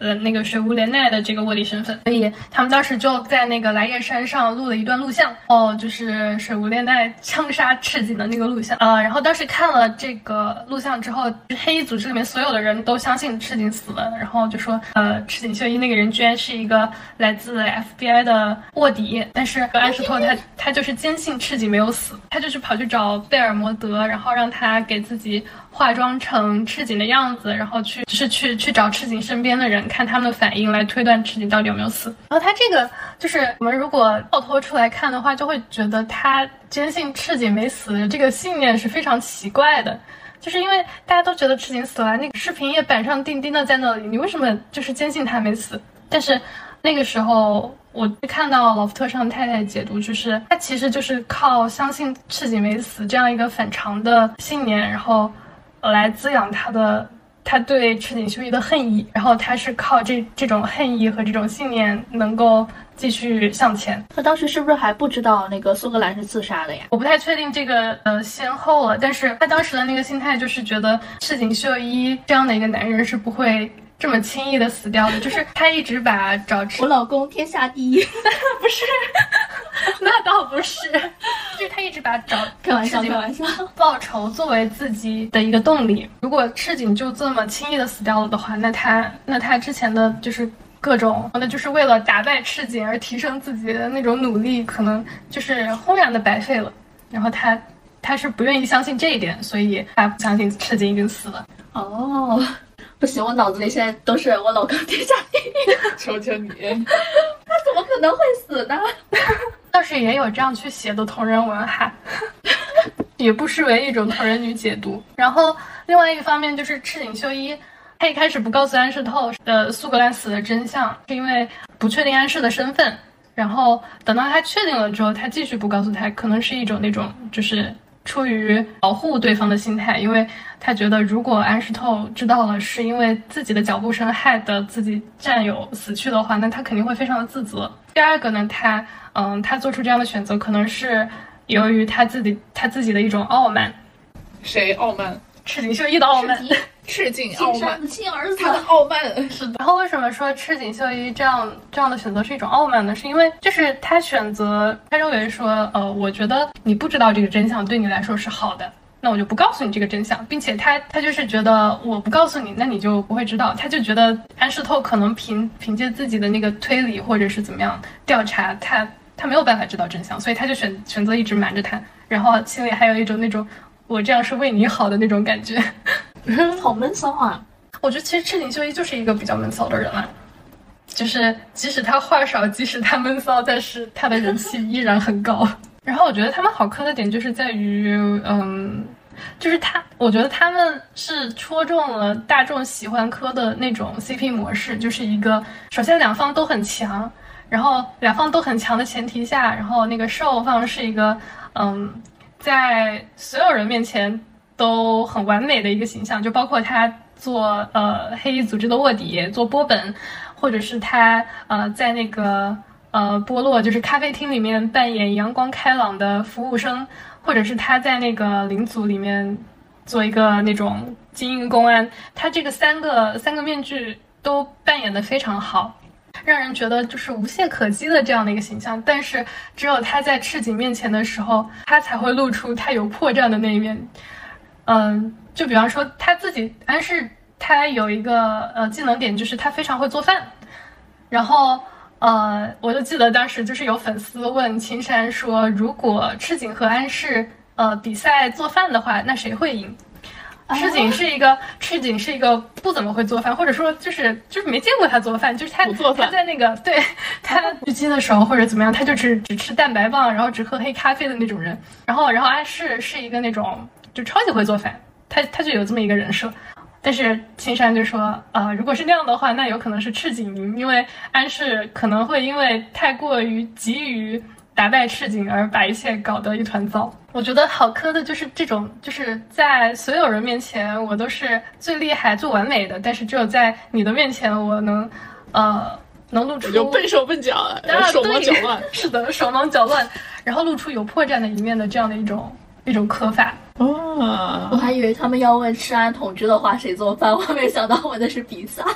那个水无怜奈的这个卧底身份，所以他们当时就在那个来叶山上录了一段录像，就是水无怜奈枪杀赤井的那个录像，然后当时看了这个录像之后，黑衣组织里面所有的人都相信赤井死了，然后就说赤井秀一那个人居然是一个来自 FBI 的卧底，但是安室透他就是坚信赤井没有死，他就是跑去找贝尔摩德，然后让他给自己化妆成赤井的样子，然后去找赤井身边的人，看他们的反应来推断赤井到底有没有死。然后他这个就是我们如果跳脱出来看的话，就会觉得他坚信赤井没死这个信念是非常奇怪的，就是因为大家都觉得赤井死了，那个视频也板上钉钉的在那里，你为什么就是坚信他没死？但是那个时候我看到老福特上太太解读，就是他其实就是靠相信赤井没死这样一个反常的信念，然后来滋养他对赤井秀一的恨意，然后他是靠这种恨意和这种信念能够继续向前。 他当时是不是还不知道那个苏格兰是自杀的呀？ 我不太确定这个先后了，但是他当时的那个心态就是觉得赤井秀一这样的一个男人是不会这么轻易的死掉的，就是他一直把找我老公天下第一不是那倒不是，就是他一直把开玩笑报仇作为自己的一个动力。如果赤井就这么轻易的死掉了的话，那他之前的就是各种，那就是为了打败赤井而提升自己的那种努力，可能就是轰然的白费了。然后他是不愿意相信这一点，所以他不相信赤井已经死了。 哦，不行，我脑子里现在都是我老公天下第一。 求求你， 他怎么可能会死呢？ 倒是也有这样去写的同人文哈，也不失为一种同人女解读。然后另外一个方面就是赤井秀一，他一开始不告诉安室透苏格兰死的真相，是因为不确定安室的身份。然后等到他确定了之后，他继续不告诉他，可能是一种那种就是出于保护对方的心态，因为他觉得如果安室透知道了是因为自己的脚步声害得自己战友死去的话，那他肯定会非常的自责。第二个呢，他做出这样的选择，可能是由于他自己的一种傲慢。 谁傲慢？ 赤井秀一的傲慢。 赤井傲慢， 亲儿子， 他的傲慢是的。然后为什么说赤井秀一这样的选择是一种傲慢呢？是因为就是他选择，他认为说，我觉得你不知道这个真相对你来说是好的，那我就不告诉你这个真相，并且他就是觉得我不告诉你，那你就不会知道。他就觉得安室透可能凭借自己的那个推理或者是怎么样调查，他没有办法知道真相，所以他就选择一直瞒着他，然后心里还有一种那种我这样是为你好的那种感觉。 好闷骚啊！ 我觉得其实赤井秀一就是一个比较闷骚的人了，就是即使他话少，即使他闷骚，但是他的人气依然很高。然后我觉得他们好磕的点就是在于，就是我觉得他们是戳中了大众喜欢磕的那种 CP 模式，就是一个首先两方都很强，然后两方都很强的前提下，然后那个受方是一个在所有人面前都很完美的一个形象，就包括他做黑衣组织的卧底，做波本，或者是他在那个波洛就是咖啡厅里面扮演阳光开朗的服务生，或者是他在那个领组里面做一个那种精英公安，他这个三个面具都扮演得非常好，让人觉得就是无懈可击的这样的一个形象。但是只有他在赤井面前的时候，他才会露出他有破绽的那一面。就比方说他自己安室，他有一个技能点，就是他非常会做饭。然后我就记得当时就是有粉丝问青山说，如果赤井和安室比赛做饭的话，那谁会赢？赤井是一个不怎么会做饭，或者说就是没见过他做饭，就是他在那个对他狙击的时候或者怎么样，他就只吃蛋白棒，然后只喝黑咖啡的那种人。然后安室是一个那种就超级会做饭，他就有这么一个人设。但是青山就说如果是那样的话，那有可能是赤井赢，因为安室可能会因为太过于急于打败赤井而把一切搞得一团糟。我觉得好磕的就是这种，就是在所有人面前我都是最厉害最完美的，但是只有在你的面前我能露出， 我就笨手笨脚，手忙脚乱。 是的，手忙脚乱，然后露出有破绽的一面的这样的一种磕法。 我还以为他们要问赤安统治的话谁做饭，我没想到问的是比萨。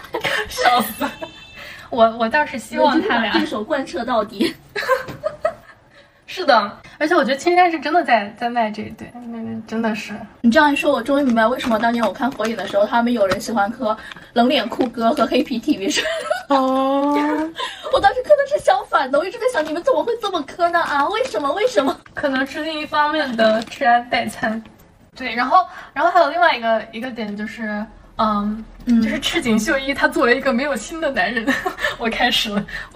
笑死！我倒是希望他俩对手贯彻到底。 是的，而且我觉得青山是真的在卖这一对，真的是。 你这样一说，我终于明白为什么当年我看火影的时候，他们有人喜欢磕冷脸酷哥和黑皮体育生。 哦， 我当时磕的是相反的，我一直在想你们怎么会这么磕呢？啊，为什么？为什么？ 可能是另一方面的吃安代餐。对，然后还有另外一个点就是。就是赤井秀一，他作为一个没有心的男人，我开始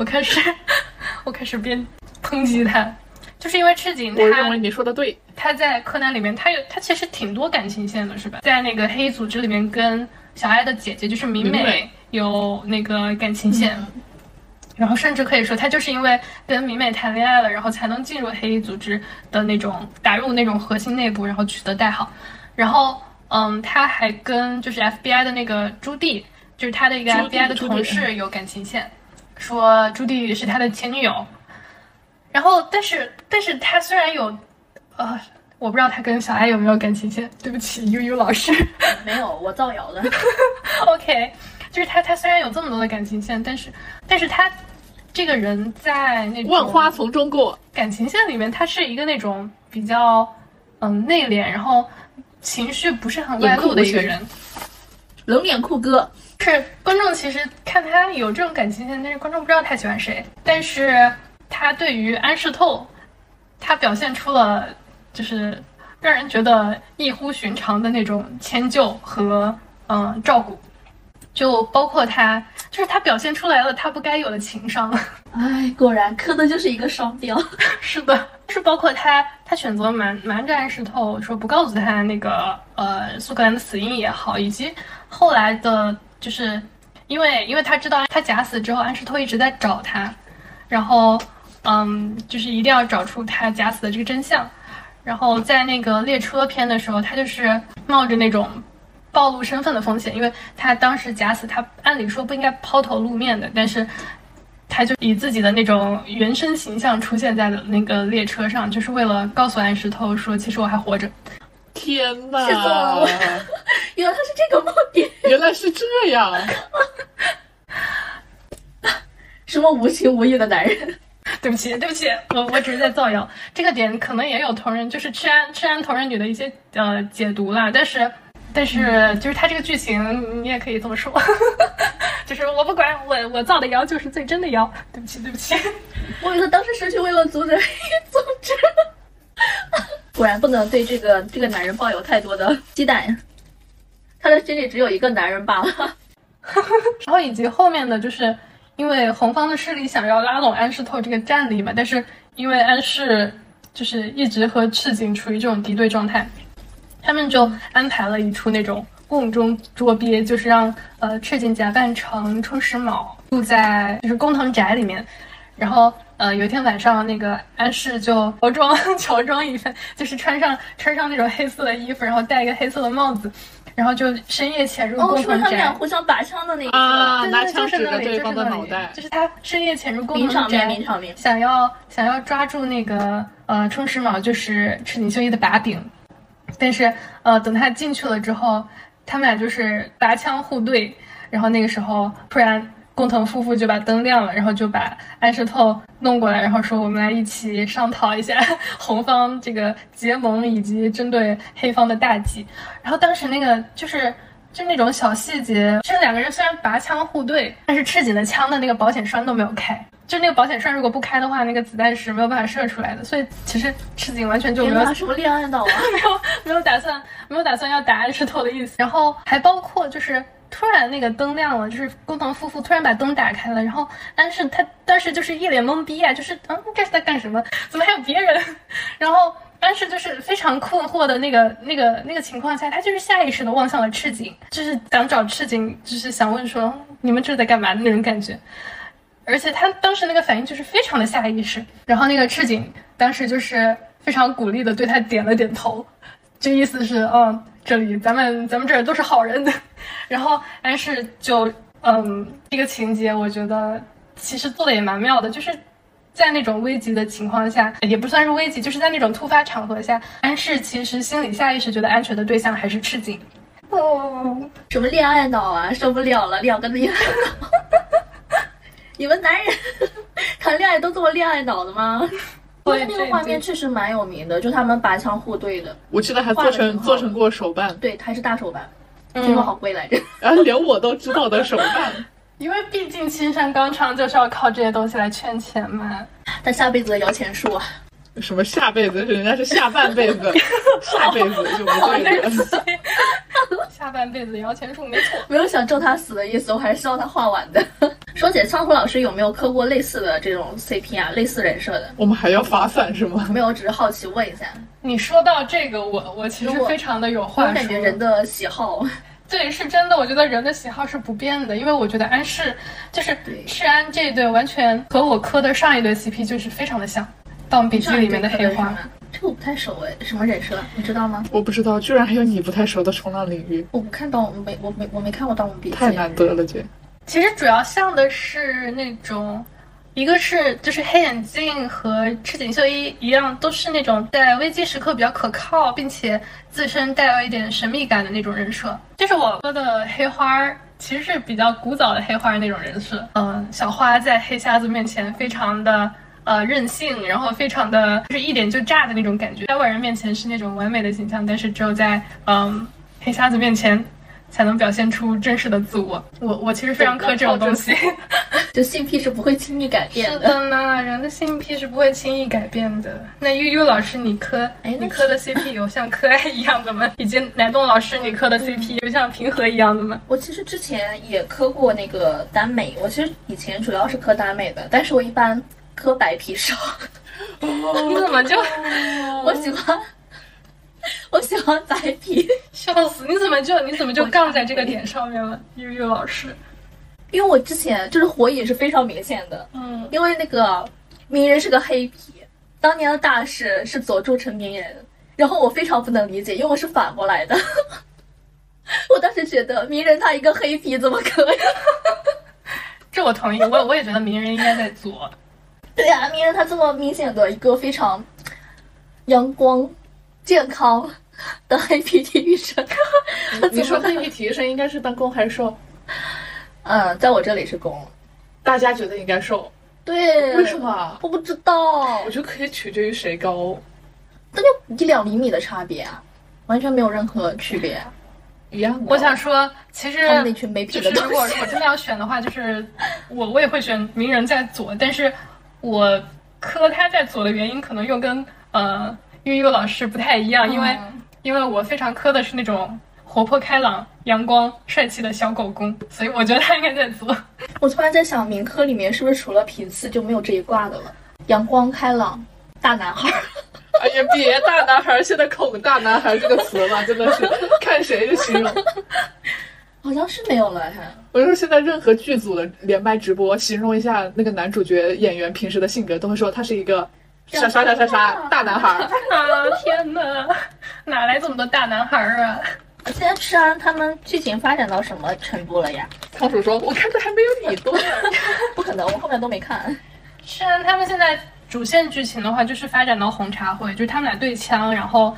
边抨击他，就是因为赤井他， 我认为你说的对， 他在柯南里面他其实挺多感情线的，是吧？在那个黑衣组织里面跟小爱的姐姐就是明美有那个感情线。然后甚至可以说，他就是因为跟明美谈恋爱了，然后才能进入黑衣组织的那种打入那种核心内部，然后取得代号，然后。他还跟就是 FBI 的那个朱棣，就是他的一个 FBI 的同事有感情线，说朱棣是他的前女友。然后，但是他虽然有，我不知道他跟小爱有没有感情线，对不起，悠悠老师， 没有，我造谣的。 OK， 就是他虽然有这么多的感情线，但是他这个人在那种万花丛中过感情线里面，他是一个那种比较内敛，然后。情绪不是很外露的一个人， 冷脸酷哥。 是观众其实看他有这种感情线，但是观众不知道他喜欢谁。但是他对于安室透，他表现出了就是让人觉得异乎寻常的那种迁就和照顾，就包括他，就是他表现出来了他不该有的情商。 哎，果然磕的就是一个双标。 是的。是包括他选择瞒着安室透，说不告诉他那个苏格兰的死因也好，以及后来的，就是因为他知道他假死之后，安室透一直在找他，然后就是一定要找出他假死的这个真相。然后在那个列车篇的时候，他就是冒着那种暴露身份的风险，因为他当时假死，他按理说不应该抛头露面的，但是。他就以自己的那种原生形象出现在了那个列车上，就是为了告诉安石头说，其实我还活着。 天哪！ 原来他是这个目的， 原来是这样。 什么无情无义的男人？ 对不起，我只是在造谣。这个点可能也有同人，就是赤安同人女的一些解读啦，但是就是他这个剧情你也可以这么说。就是我不管，我造的谣就是最真的谣。对不起。 我以为他当时是去为了阻止黑组织。果然不能对这个男人抱有太多的期待，他的心里只有一个男人罢了。 然后以及后面的就是因为红方的势力想要拉拢安室透这个战力嘛，但是因为安室就是一直和赤井处于这种敌对状态，他们就安排了一出那种瓮中捉鳖，就是让赤井假扮成冲石卯住在就是工藤宅里面，然后有一天晚上那个安室就乔装一番，就是穿上那种黑色的衣服，然后戴一个黑色的帽子，然后就深夜潜入工藤宅。 说他们俩互相拔枪的那一个啊， 对拿枪指着对方的脑袋， 就是他深夜潜入工藤宅， 名场面， 想要抓住那个冲石卯，就是赤井秀一的把柄，但是等他进去了之后。他们俩就是拔枪互对，然后那个时候突然工藤夫妇就把灯亮了，然后就把安室透弄过来，然后说我们来一起商讨一下红方这个结盟以及针对黑方的大计。然后当时那个就是那种小细节，这两个人虽然拔枪互对，但是赤井的枪的那个保险栓都没有开，就那个保险栓如果不开的话，那个子弹是没有办法射出来的，所以其实赤井完全就没有什么恋爱脑啊， 没有打算要打安室透的意思。然后还包括就是突然那个灯亮了，就是工藤夫妇突然把灯打开了，然后安室他当时就是一脸懵逼啊，就是这是在干什么？怎么还有别人？然后安室就是非常困惑的那个情况下，他就是下意识的望向了赤井，就是想找赤井，就是想问说你们这是在干嘛的那种感觉。而且他当时那个反应就是非常的下意识，然后那个赤井当时就是非常鼓励的对他点了点头，这意思是这里咱们这儿都是好人的。然后安室就这个情节我觉得其实做的也蛮妙的，就是在那种危急的情况下，也不算是危急，就是在那种突发场合下，安室其实心里下意识觉得安全的对象还是赤井。 什么恋爱脑啊，受不了了，2个恋爱脑。你们男人谈恋爱都这么恋爱脑的吗？那个画面确实蛮有名的，就他们拔枪互对的。 我记得还做成过手办， 对，还是大手办，听说好贵来着。 然后连我都知道的手办。 因为毕竟青山刚昌就是要靠这些东西来圈钱嘛。 他下辈子的摇钱树啊。 什么下辈子？人家是下半辈子，下辈子就不对了。 下半辈子摇钱树没错。 没有想咒他死的意思，我还是希望他画完的。说姐，仓鼠老师有没有磕过类似的这种 CP 啊？类似人设的？ 我们还要发散是吗？ 没有，我只是好奇问一下。 你说到这个，我其实非常的有话说。 我感觉人的喜好。 对，是真的。我觉得人的喜好是不变的，因为我觉得安室就是赤安这一对，完全和我磕的上一对 CP 就是非常的像。《盗墓笔记》里面的黑花， 这个我不太熟哎，什么人设你知道吗？ 我不知道，居然还有你不太熟的冲浪领域。 我不看盗墓，我没看过《盗墓笔记》， 太难得了这。 其实主要像的是那种，一个是就是黑眼镜和赤井秀一一样，都是那种在危机时刻比较可靠，并且自身带有一点神秘感的那种人设。就是我说的黑花其实是比较古早的黑花那种人设。小花在黑瞎子面前非常的任性，然后非常的就是一点就炸的那种感觉，在外人面前是那种完美的形象，但是只有在黑瞎子面前才能表现出真实的自我。我其实非常磕这种东西。 就性癖是不会轻易改变的。 是的呢，人的性癖是不会轻易改变的。那悠悠老师你磕的 CP 有像可爱一样的吗？以及乃动老师你磕的 CP 有像平和一样的吗？ 我其实之前也磕过那个耽美，我其实以前主要是磕耽美的，但是我一般磕白皮少。 你怎么就我喜欢白皮， 笑死！你怎么就杠在这个点上面了，悠悠老师？ 因为我之前就是火影是非常明显的，因为那个鸣人是个黑皮，当年的大事是佐助成鸣人，然后我非常不能理解，因为我是反过来的。我当时觉得鸣人他一个黑皮怎么可以？ 这我同意，我也觉得鸣人应该在左。 对呀，鸣人他这么明显的一个非常阳光健康的黑皮体育生。 你说黑皮体育生应该是当攻还是受？ 在我这里是攻， 大家觉得应该受。 对， 为什么？ 我不知道。 我觉得可以取决于谁高， 那就1-2厘米的差别啊，完全没有任何区别啊， 一样的。 我想说，其实他们那群没皮的东西， 如果真的要选的话，就是我也会选鸣人在左，但是我磕他在左的原因可能又跟悠悠老师不太一样，因为我非常磕的是那种活泼开朗、阳光、帅气的小狗公，所以我觉得他应该在左。 我突然在想，民科里面是不是除了皮次就没有这一挂的了？阳光开朗大男孩。 哎呀，别大男孩，现在口大男孩这个词了，真的是看谁的形容。 好像是没有了。 我说现在任何剧组的连麦直播，形容一下那个男主角演员平时的性格，都会说他是一个啥大男孩。 天哪，哪来这么多大男孩啊？ 现在赤安他们剧情发展到什么程度了呀？ 仓鼠说：“我看的还没有你多。” 不可能，我后面都没看。 赤安他们现在主线剧情的话，就是发展到红茶会，就是他们俩对枪，然后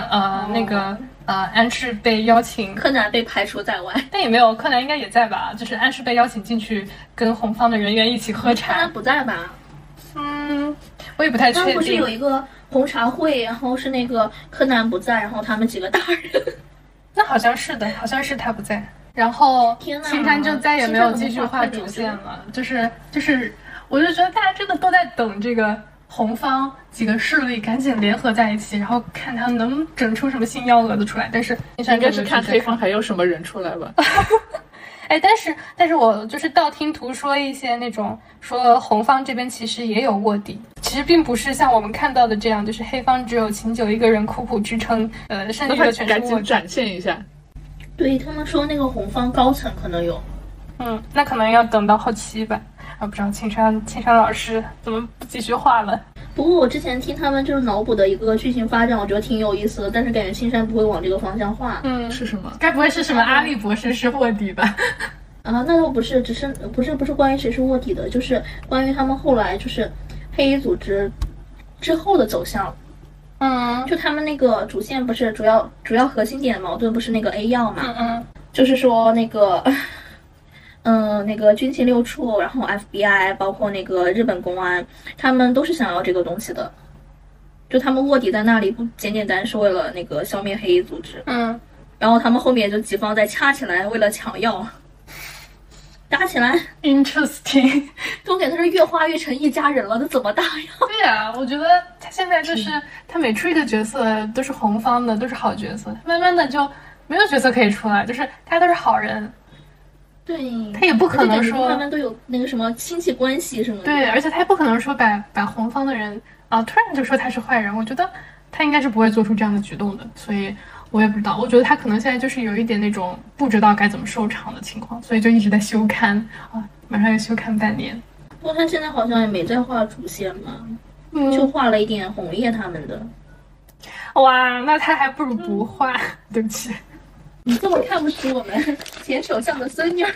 安室被邀请， 柯南被排除在外， 但也没有，柯南应该也在吧？就是安室被邀请进去跟红方的人员一起喝茶。 柯南不在吧？ 我也不太确定。 不是有一个红茶会，然后是那个柯南不在，然后他们几个大人。 那好像是的，好像是他不在，然后青山就再也没有继续画主线了。就是，我就觉得大家真的都在等这个红方几个势力赶紧联合在一起，然后看他们能整出什么新幺蛾子出来。但是应该是看黑方还有什么人出来吧。 哎，但是我就是道听途说一些那种说红方这边其实也有卧底，其实并不是像我们看到的这样，就是黑方只有秦九一个人苦苦支撑，剩余的全是卧底。赶紧展现一下。 对，他们说那个红方高层可能有， 那可能要等到后期吧。不知道青山老师怎么不继续画了。 不过我之前听他们就是脑补的一个剧情发展，我觉得挺有意思的，但是感觉青山不会往这个方向画。 是什么？ 该不会是什么阿笠博士是卧底吧？ 那倒不是，只是不是关于谁是卧底的，就是关于他们后来就是黑衣组织之后的走向。就他们那个主线不是主要核心点矛盾不是那个 A 药嘛？ 就是说那个那个军情六处，然后 FBI， 包括那个日本公安，他们都是想要这个东西的。就他们卧底在那里不简简单是为了那个消灭黑衣组织，然后他们后面就几方在掐起来，为了抢药，打起来。 Interesting， 重点他是越画越成一家人了，那怎么打呀？ 对啊，我觉得他现在就是他每出一个角色都是红方的，都是好角色，慢慢的就没有角色可以出来，就是大家都是好人。 对， 他也不可能说慢慢都有那个什么亲戚关系什么的。 对，而且他也不可能说把红方的人突然就说他是坏人，我觉得他应该是不会做出这样的举动的，所以我也不知道，我觉得他可能现在就是有一点那种不知道该怎么收场的情况，所以就一直在休刊啊，马上要休刊半年。 不过他现在好像也没在画主线嘛，就画了一点红叶他们的。 哇，那他还不如不画。对不起， 你这么看不起我们前首相的孙女。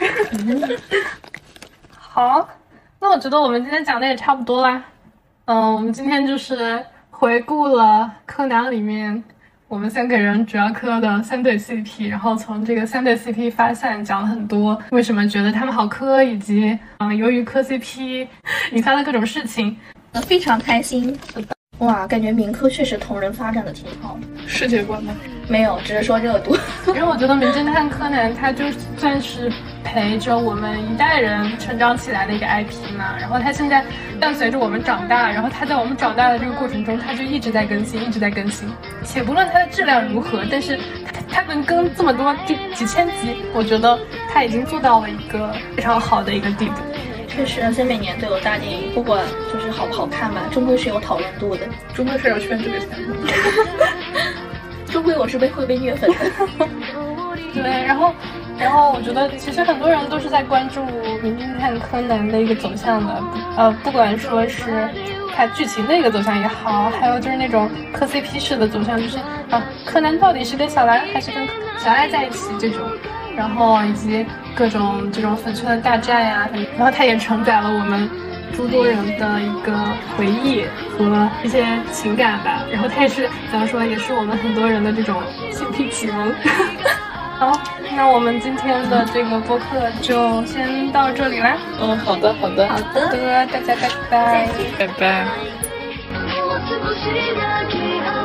好，那我觉得我们今天讲的也差不多啦。我们今天就是回顾了柯南里面我们3个人主要磕的3对 CP， 然后从这个3对 CP 发散讲了很多为什么觉得他们好磕，以及由于磕 CP 引发的各种事情， 非常开心。哇，感觉民科确实同人发展的挺好。 世界观吗？ 没有，只是说热度。 因为我觉得名侦探柯南它就算是陪着我们一代人成长起来的一个 IP 嘛，然后它现在伴随着我们长大，然后它在我们长大的这个过程中，它就一直在更新，一直在更新，且不论它的质量如何，但是它能更这么多几千集，我觉得它已经做到了一个非常好的一个地步。 确实，而且每年都有大电影，不管就是好不好看吧，终归是有讨论度的， 终归是有圈这个钱的。 终归我是会被虐粉的。 对，然后我觉得其实很多人都是在关注名侦探柯南的一个走向的，不管说是它剧情的一个走向也好，还有就是那种磕 CP 式的走向，就是柯南到底是跟小兰还是跟小爱在一起这种，然后以及各种这种粉圈的大战呀，然后它也承载了我们诸多人的一个回忆和一些情感吧，然后它也是怎么说，也是我们很多人的这种CP启蒙。好，那我们今天的这个播客就先到这里啦。 好的， 好的，大家拜拜， 拜拜。 少しだけ